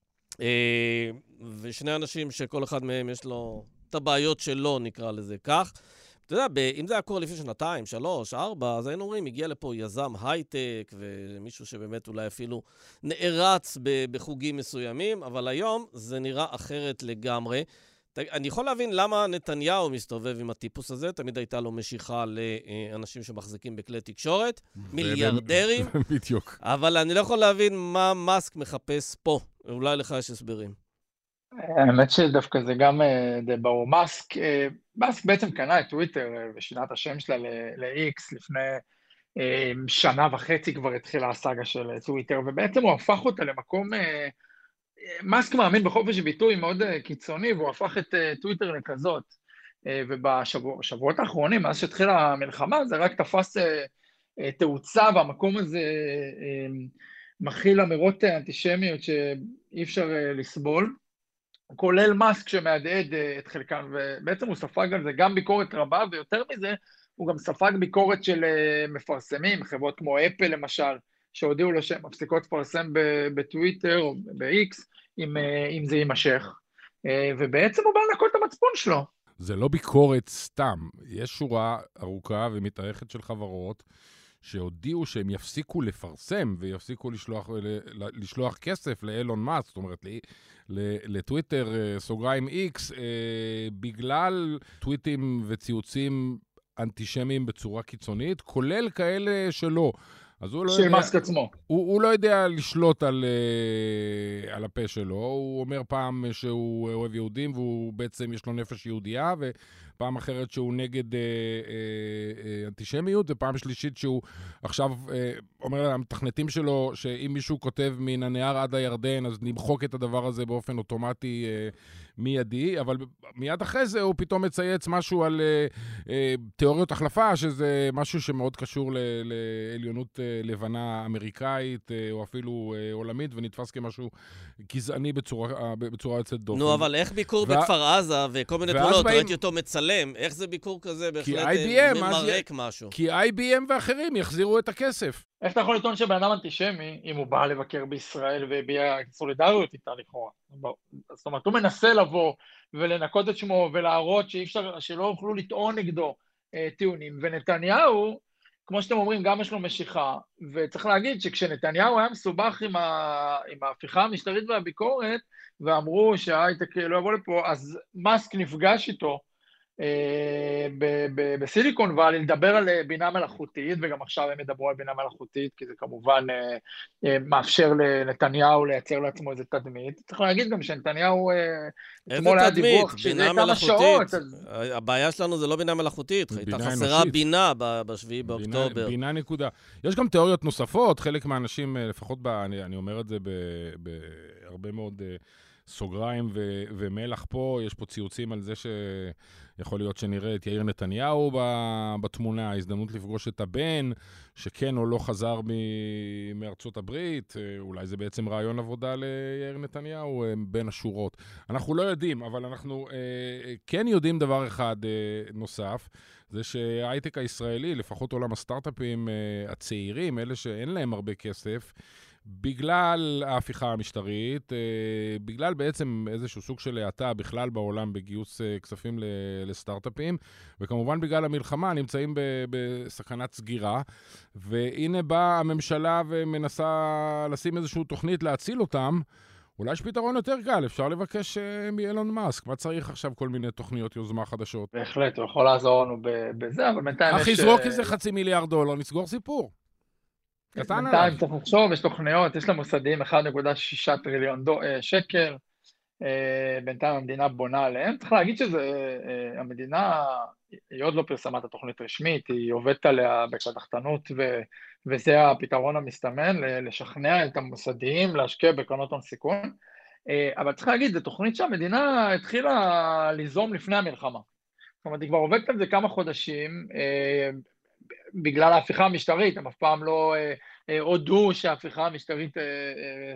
ושני אנשים שכל אחד מהם יש לו את הבעיות שלו, נקרא לזה כך. אתה יודע, אם זה היה קורה לפני שנתיים, שלוש, ארבע, אז היינו אומרים, הגיע לפה יזם הייטק, ומישהו שבאמת אולי אפילו נערץ בחוגים מסוימים, אבל היום זה נראה אחרת לגמרי. אני יכול להבין למה נתניהו מסתובב עם הטיפוס הזה, תמיד הייתה לו משיכה לאנשים שמחזיקים בכלי תקשורת, מיליארדרים, בדיוק. אבל אני לא יכול להבין מה מאסק מחפש פה. אולי לך יש הסברים. האמת שדווקא זה גם די ברור. מאסק, מאסק בעצם קנה את טוויטר ושינה את השם שלה ל-X לפני שנה וחצי כבר התחילה הסאגה של טוויטר, ובעצם הוא הפך אותה למקום, מאסק מאמין בחופש ביטוי מאוד קיצוני, והוא הפך את טוויטר לכזאת. ובשבועות האחרונים, מאז שהתחילה המלחמה, זה רק תפס תאוצה, והמקום הזה מכיל אמירות אנטישמיות שאי אפשר לסבול. כולל מאסק שמהדהד את חלקן, ובעצם הוא ספג על זה גם ביקורת רבה, ויותר מזה, הוא גם ספג ביקורת של מפרסמים, חברות כמו אפל למשל, שהודיעו לו שהן מפסיקות לפרסם בטוויטר או ב-X, אם, אם זה יימשך, ובעצם הוא בא לנקות את המצפון שלו. זה לא ביקורת סתם, יש שורה ארוכה ומתארכת של חברות, שהודיעו שהם יפסיקו לפרסם ויפסיקו לשלוח, לשלוח כסף לאילון מאסק, זאת אומרת, לטוויטר, סוגריים איקס, בגלל טוויטים וציוצים אנטישמיים בצורה קיצונית, כולל כאלה שלא. אז הוא לא של יודע, מאסק עצמו. הוא, הוא לא יודע לשלוט על, על הפה שלו, הוא אומר פעם שהוא אוהב יהודים, והוא בעצם יש לו נפש יהודייה, ופעם אחרת שהוא נגד אה, אה, אנטישמיות, ופעם שלישית שהוא עכשיו אה, אומר למתכנתים שלו, שאם מישהו כותב מן הנהר עד הירדן, אז נמחוק את הדבר הזה באופן אוטומטי אה, מיידי, אבל מיד אחרי זה הוא פתאום מצייץ משהו על אה, אה, תיאוריות החלפה, שזה משהו שמאוד קשור ל, לעליונות אה, לבנה אמריקאית, אה, או אפילו אה, עולמית, ונתפס כמשהו גזעני בצורה, אה, בצורה יוצאת דופן. נו, אבל איך ביקור ו... בכפר עזה וכל מיני תמונות, באים... ראיתי אותו מצלם, איך זה ביקור כזה בהחלט ממרק משהו? כי איי בי אם ואחרים יחזירו את הכסף. איך אתה יכול לטעון שבן אדם אנטישמי, אם הוא בא לבקר בישראל והביע סולידריות איתה לכאורה? זאת אומרת, הוא מנסה לבוא ולנקות את שמו ולהראות שאי אפשר, שלא יוכלו לטעון נגדו אה, טיעונים. ונתניהו, כמו שאתם אומרים, גם יש לו משיכה, וצריך להגיד שכשנתניהו היה מסובך עם, ה... עם ההפיכה המשטרית והביקורת, ואמרו שההייטק לא יבוא לפה, אז מאסק נפגש איתו, בסיליקון ואלי לדבר על בינה מלאכותית, וגם עכשיו הם ידברו על בינה מלאכותית, כי זה כמובן מאפשר לנתניהו לייצר לעצמו איזה תדמית. צריך להגיד גם שנתניהו אתמול היה דיווח שזה כמה שעות. הבעיה שלנו זה לא בינה מלאכותית, הייתה חסרה בינה בשביעי באוקטובר. בינה נקודה. יש גם תיאוריות נוספות, חלק מהאנשים, לפחות אני אומר את זה בהרבה מאוד סוגריים ומלח פה, יש פה ציוצים על זה שיכול להיות שנראה את יאיר נתניהו בתמונה, ההזדמנות לפגוש את הבן, שכן או לא חזר מארצות הברית, אולי זה בעצם רעיון עבודה ליאיר נתניהו בין השורות. אנחנו לא יודעים, אבל אנחנו כן יודעים דבר אחד נוסף, זה שההייטק הישראלי, לפחות עולם הסטארט-אפים הצעירים, אלה שאין להם הרבה כסף, בגלל ההפיכה המשטרית, בגלל בעצם איזשהו סוג של האטה בכלל בעולם בגיוס כספים לסטארט-אפים, וכמובן בגלל המלחמה נמצאים בסכנת סגירה, והנה באה הממשלה ומנסה לשים איזושהי תוכנית להציל אותם, אולי יש פתרון יותר קל, אפשר לבקש מאילון מאסק, מה צריך עכשיו כל מיני תוכניות יוזמה חדשות? בהחלט, הוא יכול לעזור לנו בזה, אבל בינתיים יש... אחי, זרוק איזה חצי מיליארד דולר, נסגור סיפור. בינתיים צריך לחשוב, יש תוכניות, יש למוסדים אחד נקודה שש טריליון שקל, בינתיים המדינה בונה עליהם. צריך להגיד שהמדינה, היא עוד לא פרסמה את התוכנית רשמית, היא עובדת עליה בקדחתנות, וזה הפתרון המסתמן, לשכנע את המוסדים להשקיע בקרנות הון סיכון. אבל צריך להגיד, זו תוכנית שהמדינה התחילה ליזום לפני המלחמה. זאת אומרת, היא כבר עובדת על זה כמה חודשים, בגלל ההפיכה המשטרית, הם אף פעם לא הודו שההפיכה המשטרית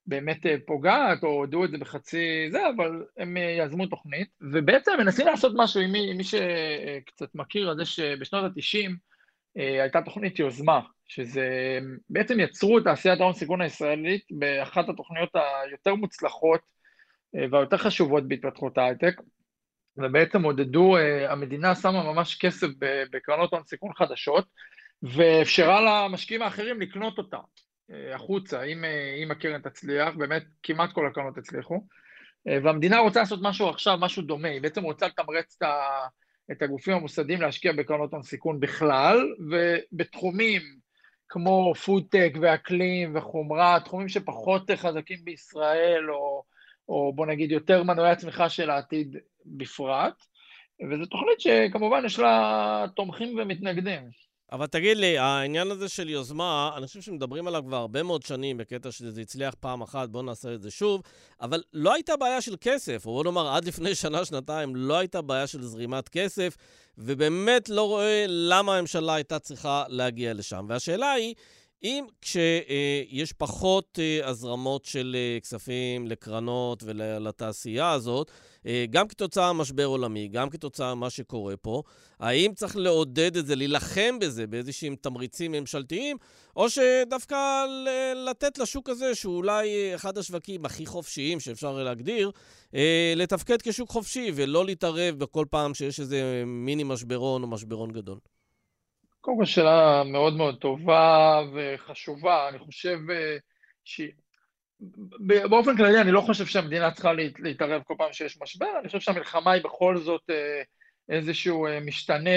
באמת פוגעת, או הודעו את זה בחצי זה, אבל הם יזמו תוכנית, ובעצם מנסים לעשות משהו עם מי, מי שקצת מכיר, זה שבשנות ה-תשעים הייתה תוכנית יוזמה, שזה בעצם יצרו את תעשיית ההון סיכון הישראלית באחת התוכניות היותר מוצלחות והיותר חשובות בהתפתחות ההייטק, ובעצם עודדו, המדינה שמה ממש כסף בקרנות הון סיכון חדשות, ואפשרה למשקיעים האחרים לקנות אותה החוצה, אם, אם הקרן תצליח, באמת כמעט כל הקרנות הצליחו, והמדינה רוצה לעשות משהו עכשיו, משהו דומה, היא בעצם רוצה לתמרץ את, ה, את הגופים המוסדיים להשקיע בקרנות הון סיכון בכלל, ובתחומים כמו פודטק ואקלים וחומרה, תחומים שפחות חזקים בישראל, או, או בוא נגיד יותר מנועי הצמיחה של העתיד בפרט, וזו תוכנית שכמובן יש לה תומכים ומתנגדים. אבל תגיד לי, העניין הזה של יוזמה, אני חושב שמדברים עליו כבר הרבה מאוד שנים, בקטע שזה הצליח פעם אחת, בואו נעשה את זה שוב, אבל לא הייתה בעיה של כסף, או בוא נאמר, עד לפני שנה, שנתיים, לא הייתה בעיה של זרימת כסף, ובאמת לא רואה למה הממשלה הייתה צריכה להגיע לשם. והשאלה היא, אם כשיש פחות הזרמות של כספים לקרנות ולתעשייה הזאת, גם כתוצאה משבר עולמי, גם כתוצאה מה שקורה פה, האם צריך לעודד את זה, להילחם בזה, באיזשהם תמריצים ממשלתיים, או שדווקא לתת לשוק הזה, שהוא אולי אחד השווקים הכי חופשיים שאפשר להגדיר, לתפקד כשוק חופשי, ולא להתערב בכל פעם שיש איזה מיני משברון או משברון גדול? קודם כל שאלה מאוד מאוד טובה וחשובה, אני חושב ש... באופן כללי אני לא חושב שהמדינה צריכה להתערב כל פעם שיש משבר, אני חושב שהמלחמה היא בכל זאת איזשהו משתנה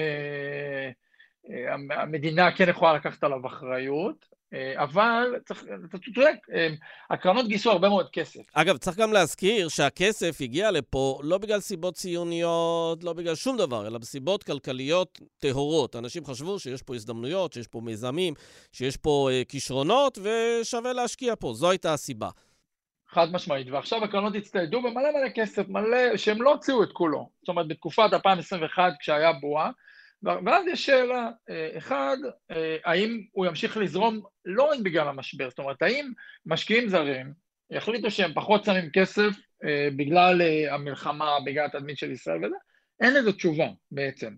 שהמדינה כן יכולה לקחת עליו אחריות, אבל צריך, אתה צודק, הקרנות גייסו הרבה מאוד כסף. אגב, צריך גם להזכיר שהכסף הגיע לפה לא בגלל סיבות ציוניות, לא בגלל שום דבר, אלא בסיבות כלכליות טהורות. אנשים חשבו שיש פה הזדמנויות, שיש פה מיזמים, שיש פה אה, כישרונות, ושווה להשקיע פה. זו הייתה הסיבה. חד משמעית, ועכשיו הקרנות הצטיידו במלא מלא כסף, מלא, שהם לא הוציאו את כולו. זאת אומרת, בתקופת אלפיים עשרים ואחת, כשהיה בועה, ואז יש שאלה, אחד, האם הוא ימשיך לזרום לא רק בגלל המשבר, זאת אומרת, האם משקיעים זרים יחליטו שהם פחות שמים כסף בגלל המלחמה, בגלל התדמית של ישראל וזה? אין לזה תשובה בעצם.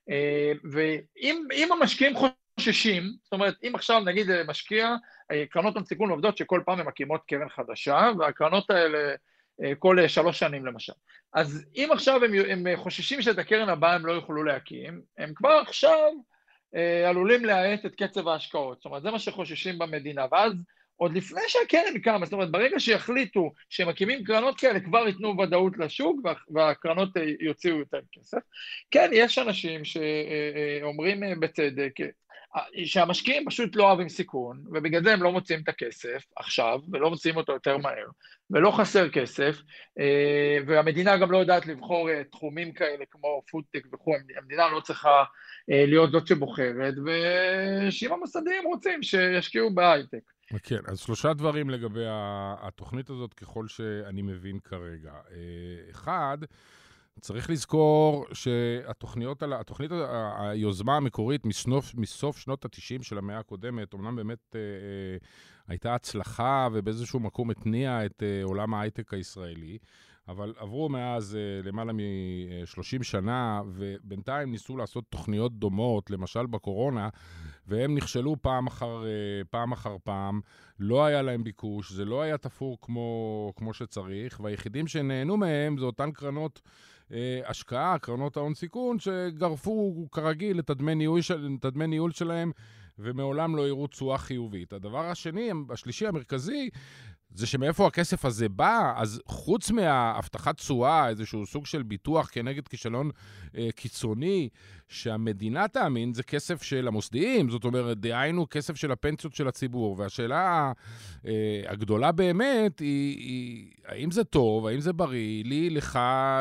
ואם המשקיעים חוששים, זאת אומרת, אם עכשיו נגיד משקיע, קרנות הון סיכון עובדות שכל פעם הם מקימות קרן חדשה, והקרנות האלה כל שלוש שנים למשל. אז אם עכשיו הם, הם חוששים שאת הקרן הבאה הם לא יוכלו להקים, הם כבר עכשיו אה, עלולים להאט את קצב ההשקעות. זאת אומרת, זה מה שחוששים במדינה. ואז עוד לפני שהקרן קמה, זאת אומרת, ברגע שיחליטו שהם מקימים קרנות כאלה, כבר ייתנו ודאות לשוק, וה, והקרנות יוציאו יותר כסף. כן, יש אנשים שאומרים בצדק, שהמשקיעים פשוט לא אוהבים סיכון, ובגלל זה הם לא מוצאים את הכסף עכשיו, ולא מוצאים אותו יותר מהר, ולא חסר כסף, והמדינה גם לא יודעת לבחור תחומים כאלה כמו פודטק וכו', המדינה לא צריכה להיות זאת שבוחרת, ושאם המוסדיים רוצים שישקיעו בהייטק. כן, אז שלושה דברים לגבי התוכנית הזאת, ככל שאני מבין כרגע. אחד, צריך לזכור שהתוכניות, התוכנית, היוזמה המקורית מסוף, מסוף שנות ה-תשעים של המאה הקודמת, אומנם באמת אה, הייתה הצלחה ובאיזשהו מקום התניעה את אה, עולם ההייטק הישראלי, אבל עברו מאז אה, למעלה מ-שלושים שנה, ובינתיים ניסו לעשות תוכניות דומות, למשל בקורונה, והם נכשלו פעם אחר, אה, פעם אחר פעם, לא היה להם ביקוש, זה לא היה תפור כמו, כמו שצריך, והיחידים שנהנו מהם זה אותן קרנות השקעה, קרנות ההון סיכון, שגרפו כרגיל את הדמי ניהול, של, את הדמי ניהול שלהם, ומעולם לא יראו תשואה חיובית. הדבר השני, השלישי המרכזי, זה שמאיפה הכסף הזה בא, אז חוץ מהבטחת תשואה, איזשהו סוג של ביטוח כנגד כישלון אה, קיצוני, שהמדינה תאמין, זה כסף של המוסדיים, זאת אומרת, דהיינו כסף של הפנסיות של הציבור, והשאלה אה, הגדולה באמת היא, היא, האם זה טוב, האם זה בריא, לי, לך,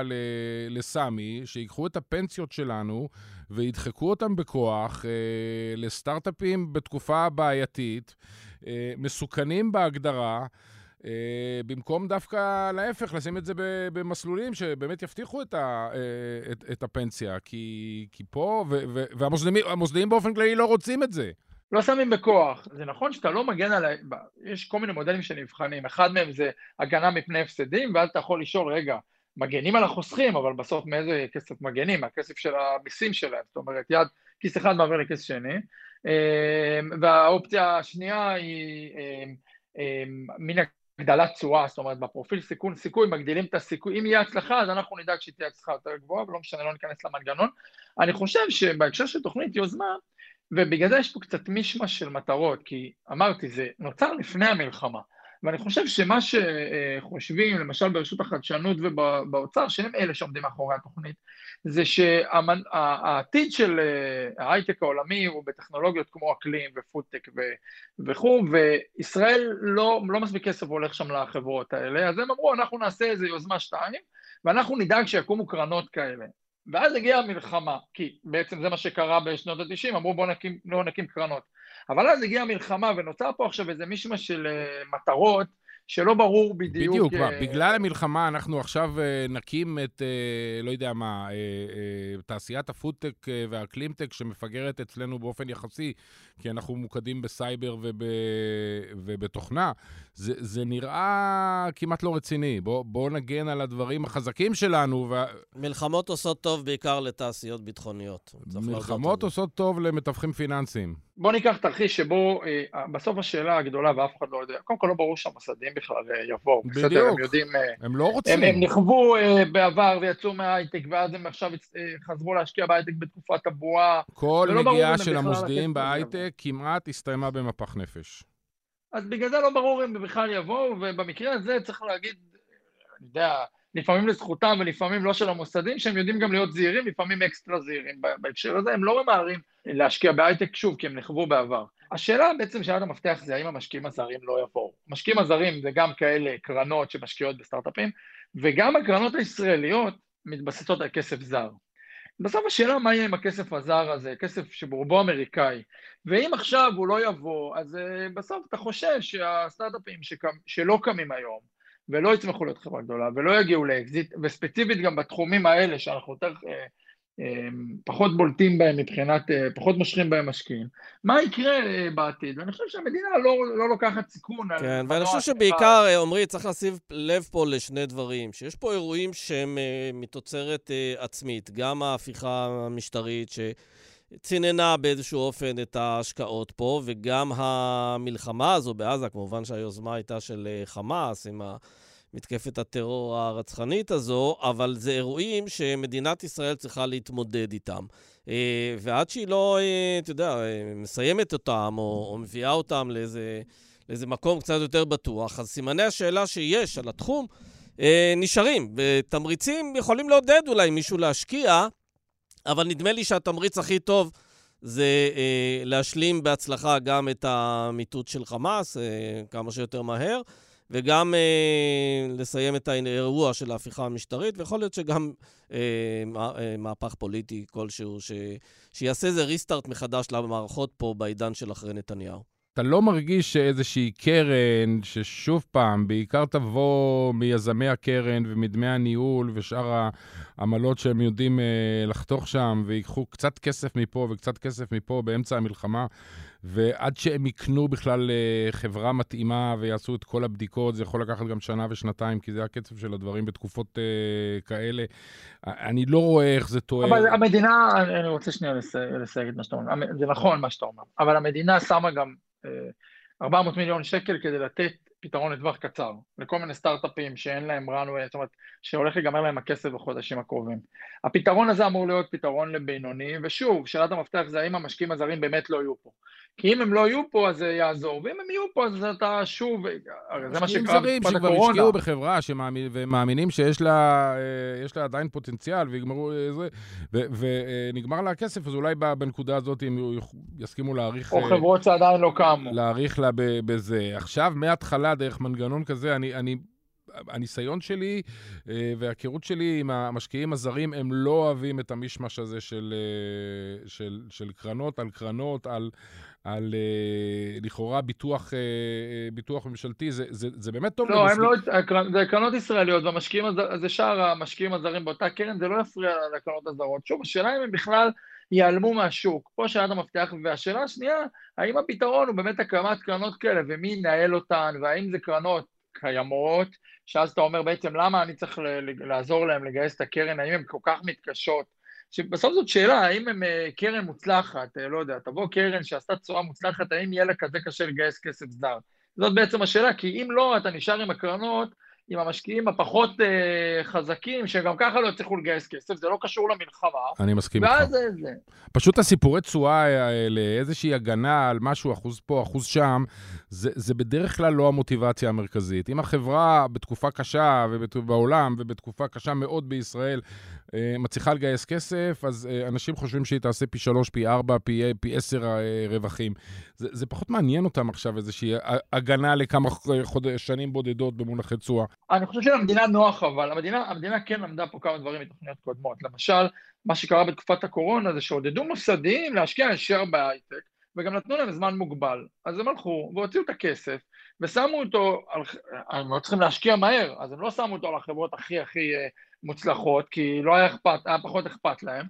לסמי, שיקחו את הפנסיות שלנו, וידחקו אותם בכוח אה, לסטארט-אפים בתקופה בעייתית, אה, מסוכנים בהגדרה, Uh, במקום דווקא להפך, לשים את זה במסלולים שבאמת יבטיחו את, ה, uh, את, את הפנסיה, כי, כי פה, והמוסדיים באופן כללי לא רוצים את זה. לא שמים בכוח. זה נכון שאתה לא מגן על... יש כל מיני מודלים שנבחנים, אחד מהם זה הגנה מפני הפסדים, ואז אתה יכול לשאול, רגע, מגנים על החוסכים, אבל בסוף מאיזה כסף מגנים? מהכסף של המיסים שלהם, זאת אומרת, יד, כיס אחד מעביר לכיס שני, והאופציה השנייה היא מן הגדלת תשואה, זאת אומרת, בפרופיל סיכון סיכוי, מגדילים את הסיכוי, אם יהיה הצלחה, אז אנחנו נדאג שתהיה הצלחה יותר גבוהה, ולא משנה, לא ניכנס למנגנון. אני חושב שבהקשר של תוכנית יוזמה, ובגלל זה יש פה קצת מישמש של מטרות, כי אמרתי, זה נוצר לפני המלחמה, ואני חושב שמה שחושבים, למשל ברשות החדשנות ובאוצר, שהם אלה שעומדים מאחורי התוכנית, זה שהעתיד של ההייטק העולמי הוא בטכנולוגיות כמו אקלים ופודטק וכו', וישראל לא, לא מספיק כסף הולך שם לחברות האלה, אז הם אמרו, אנחנו נעשה איזה יוזמה שתיים, ואנחנו נדאג שיקומו קרנות כאלה. ואז הגיעה המלחמה, כי בעצם זה מה שקרה בשנות ה-תשעים, אמרו בואו נקים, לא נקים קרנות. אבל אז הגיעה המלחמה ונוצר פה עכשיו איזה מישמש של uh, מטרות, שלא ברור בדיוק... בדיוק, uh, בגלל המלחמה אנחנו עכשיו uh, נקים את, uh, לא יודע מה, uh, uh, תעשיית הפודטק uh, והקלימטק שמפגרת אצלנו באופן יחסי, כי אנחנו מוקדים בסייבר וב, ובתוכנה. זה, זה נראה כמעט לא רציני. בוא, בוא נגן על הדברים החזקים שלנו. ו... מלחמות עושות טוב בעיקר לתעשיות ביטחוניות. מלחמות עושות טוב למתווכים פיננסיים. בוא ניקח תרחיש שבו אה, בסוף השאלה הגדולה ואף אחד לא יודע, קודם כל לא ברור שהמוסדים בכלל אה, יבואו. בדיוק, בסדר, הם יודעים, אה, הם לא רוצים. הם, הם נכבו אה, בעבר ויצאו מההייטק, ואז הם עכשיו אה, חזרו להשקיע בהייטק בתקופת הבועה. כל נגיעה של המוסדים בהייטק כמעט הסתיימה במפח נפש. אז בגלל זה לא ברור אם בכלל יבואו, ובמקרה הזה צריך להגיד, אני יודע, לפעמים לזכותם ולפעמים לא של המוסדים, שהם יודעים גם להיות זהירים, לפעמים אקסטרה זהירים. בהקשר הזה הם לא ממהרים להשקיע בהייטק שוב, כי הם נחוו בעבר. השאלה בעצם שאלת המפתח זה האם המשקיעים הזרים לא יבואו. המשקיעים הזרים זה גם כאלה קרנות שמשקיעות בסטארט-אפים, וגם הקרנות הישראליות מתבססות על כסף זר. בסוף השאלה מה יהיה עם הכסף הזר הזה, כסף שברובו אמריקאי, ואם עכשיו הוא לא יבוא, אז uh, בסוף אתה חושש שהסטארט-אפים שקם, שלא קמים היום, ולא יצמחו להיות חברה גדולה, ולא יגיעו לאקזיט, וספציפית גם בתחומים האלה שאנחנו יותר, uh, uh, פחות בולטים בהם מבחינת, uh, פחות מושכים בהם משקיעים, מה יקרה uh, בעתיד? ואני חושב שהמדינה לא, לא לוקחת סיכון. כן, ואני חושב שבעיקר, עומרי, צריך לשים לב פה לשני דברים, שיש פה אירועים שהם uh, מתוצרת uh, עצמית, גם ההפיכה המשטרית ש... ציננה באיזשהו אופן את ההשקעות פה, וגם המלחמה הזו בעזה, כמובן שהיוזמה הייתה של חמאס, עם מתקפת הטרור הרצחנית הזו, אבל זה אירועים שמדינת ישראל צריכה להתמודד איתם. ועד שהיא לא, אתה יודע, מסיימת אותם, או, או מביאה אותם לאיזה, לאיזה מקום קצת יותר בטוח, אז סימני השאלה שיש על התחום נשארים, ותמריצים יכולים לעודד אולי מישהו להשקיע, אבל נדמה לי שהתמריץ הכי טוב זה אה, להשלים בהצלחה גם את המיטוט של חמאס, אה, כמה שיותר מהר, וגם אה, לסיים את האירוע של ההפיכה המשטרית, ויכול להיות שגם אה, מהפך פוליטי כלשהו, ש, שיעשה איזה ריסטארט מחדש למערכות פה בעידן של אחרי נתניהו. אתה לא מרגיש שאיזושהי קרן, ששוב פעם, בעיקר תבוא מיזמי הקרן ומדמי הניהול ושאר העמלות שהם יודעים לחתוך שם, ויקחו קצת כסף מפה וקצת כסף מפה באמצע המלחמה, ועד שהם יקנו בכלל חברה מתאימה ויעשו את כל הבדיקות, זה יכול לקחת גם שנה ושנתיים, כי זה הקצב של הדברים בתקופות כאלה. אני לא רואה איך זה טועה. אבל המדינה, אני רוצה שנייה לסייג את מה שאתה אומר, זה נכון מה שאתה אומר, אבל המדינה שמה גם ארבע מאות מיליון שקל כדי לתת פתרון לטווח קצר, לכל מיני סטארט-אפים שאין להם רנו, זאת אומרת, שהולך להיגמר להם הכסף בחודשים הקרובים. הפתרון הזה אמור להיות פתרון לבינוני, ושוב, שאלת המפתח זה האם המשקיעים הזרים באמת לא יהיו פה. כי אם הם לא יהיו פה, אז זה יעזור, ואם הם יהיו פה, אז אתה שוב, זה מה שקרה בתקופת הקורונה. שכבר השקיעו בחברה ומאמינים שיש לה עדיין פוטנציאל, ונגמר לה הכסף, אז אולי בנקודה הזאת הם יסכימו להאריך... או חברות שעדיין לא קמו. להאריך לה בזה. עכשיו, מההתחלה, דרך מנגנון כזה, אני... הניסיון שלי וההכירות שלי עם המשקיעים הזרים, הם לא אוהבים את המשמש הזה של, של, של קרנות על קרנות, על, על לכאורה ביטוח, ביטוח ממשלתי. זה, זה, זה באמת טוב. לא, הם לא, זה קרנות ישראליות, והמשקיעים, זה שאר המשקיעים הזרים באותה קרן, זה לא יפריע לקרנות הזרות. שוב, השאלה אם הם בכלל ייעלמו מהשוק. פה שאלת המפתח, והשאלה השנייה, האם הפתרון הוא באמת הקמת קרנות כאלה, ומי ינהל אותן, והאם זה קרנות קיימות, שאז אתה אומר בעצם למה אני צריך לעזור להם לגייס את הקרן, האם הן כל כך מתקשות, שבסוף זאת שאלה, האם הם קרן מוצלחת, לא יודע, תבוא קרן שעשתה צורה מוצלחת, האם יהיה לה כזה קשה לגייס כסף זר? זאת בעצם השאלה, כי אם לא, אתה נשאר עם הקרנות, עם המשקיעים הפחות אה, חזקים, שגם ככה לא יצליחו לגייס כסף, זה לא קשור למלחמה. אני מסכים איתך. זה, זה. פשוט הסיפורי תשואה האלה, איזושהי הגנה על משהו, אחוז פה, אחוז שם, זה, זה בדרך כלל לא המוטיבציה המרכזית. אם החברה בתקופה קשה בעולם, ובתקופה קשה מאוד בישראל, אה, מצליחה לגייס כסף, אז אה, אנשים חושבים שהיא תעשה פי שלוש, פי ארבע, פי, פי עשר אה, רווחים. זה, זה פחות מעניין אותם עכשיו, איזושהי הגנה לכמה חודש, שנים בודדות במונחי תשואה. אני חושב שלמדינה נוח, אבל המדינה, המדינה כן למדה פה כמה דברים מתוכניות קודמות. למשל, מה שקרה בתקופת הקורונה זה שעודדו מוסדיים להשקיע ישר בהייטק, וגם נתנו להם זמן מוגבל. אז הם הלכו והוציאו את הכסף, ושמו אותו, על, הם לא צריכים להשקיע מהר, אז הם לא שמו אותו על החברות הכי הכי מוצלחות, כי לא היה אכפת, היה פחות אכפת להם,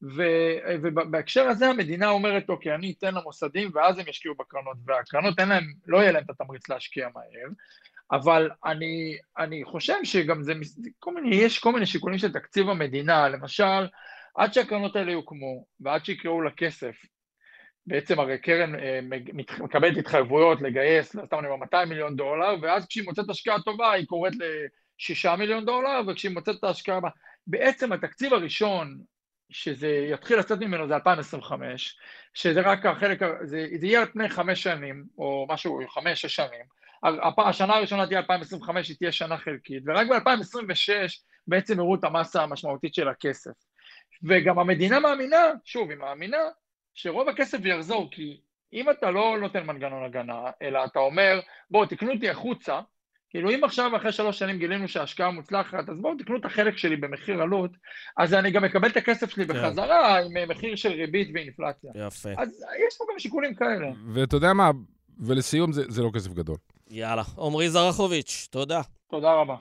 ובהקשר הזה המדינה אומרת, אוקיי, אני אתן למוסדים, ואז הם ישקיעו בקרנות, והקרנות אין להם, לא יהיה להם את התמריץ להשקיע מהר, אבל אני, אני חושב שגם זה, כל מיני, יש כל מיני שיקולים של תקציב המדינה, למשל, עד שהקרנות האלה יוקמו, ועד שיקראו לכסף, בעצם הרי קרן אה, מקבלת התחייבויות לגייס, סתם אני אומר, מאתיים מיליון דולר, ואז כשהיא מוצאת השקעה טובה, היא קוראת ל-שישה מיליון דולר, וכשהיא מוצאת את ההשקעה, בעצם התקציב הראשון, שזה יתחיל לצאת ממנו, זה אלפיים עשרים וחמש, שזה רק החלק, זה, זה יהיה על פני חמש שנים, או משהו, חמש, שש שנים, השנה הראשונה תהיה אלפיים עשרים וחמש, היא תהיה שנה חלקית, ורק ב-אלפיים עשרים ושש בעצם הראו את המסה המשמעותית של הכסף. וגם המדינה מאמינה, שוב, היא מאמינה, שרוב הכסף יחזור, כי אם אתה לא נותן מנגנון הגנה, אלא אתה אומר, בואו תקנו אותי החוצה, כאילו אם עכשיו אחרי שלוש שנים גילינו שההשקעה מוצלחת, אז בואו תקנו את החלק שלי במחיר עלות, אז אני גם מקבל את הכסף שלי בחזרה, עם מחיר של ריבית ואינפלציה. יפה. אז יש פה גם שיקולים כאלה. ואתה יודע מה, ולסיום זה, זה לא כסף גדול. יאללה, עומרי זרחוביץ', תודה. תודה רבה.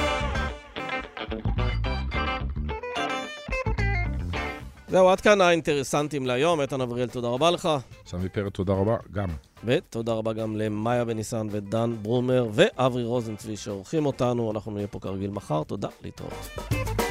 זהו, עד כאן האינטרסנטים להיום. איתן אבריאל, תודה רבה לך. סמי פרץ, תודה רבה, גם. ותודה רבה גם למאיה בניסן ודן ברומר ואברי רוזנצבי שעורכים אותנו. אנחנו נהיה פה כרגיל מחר. תודה, להתראות.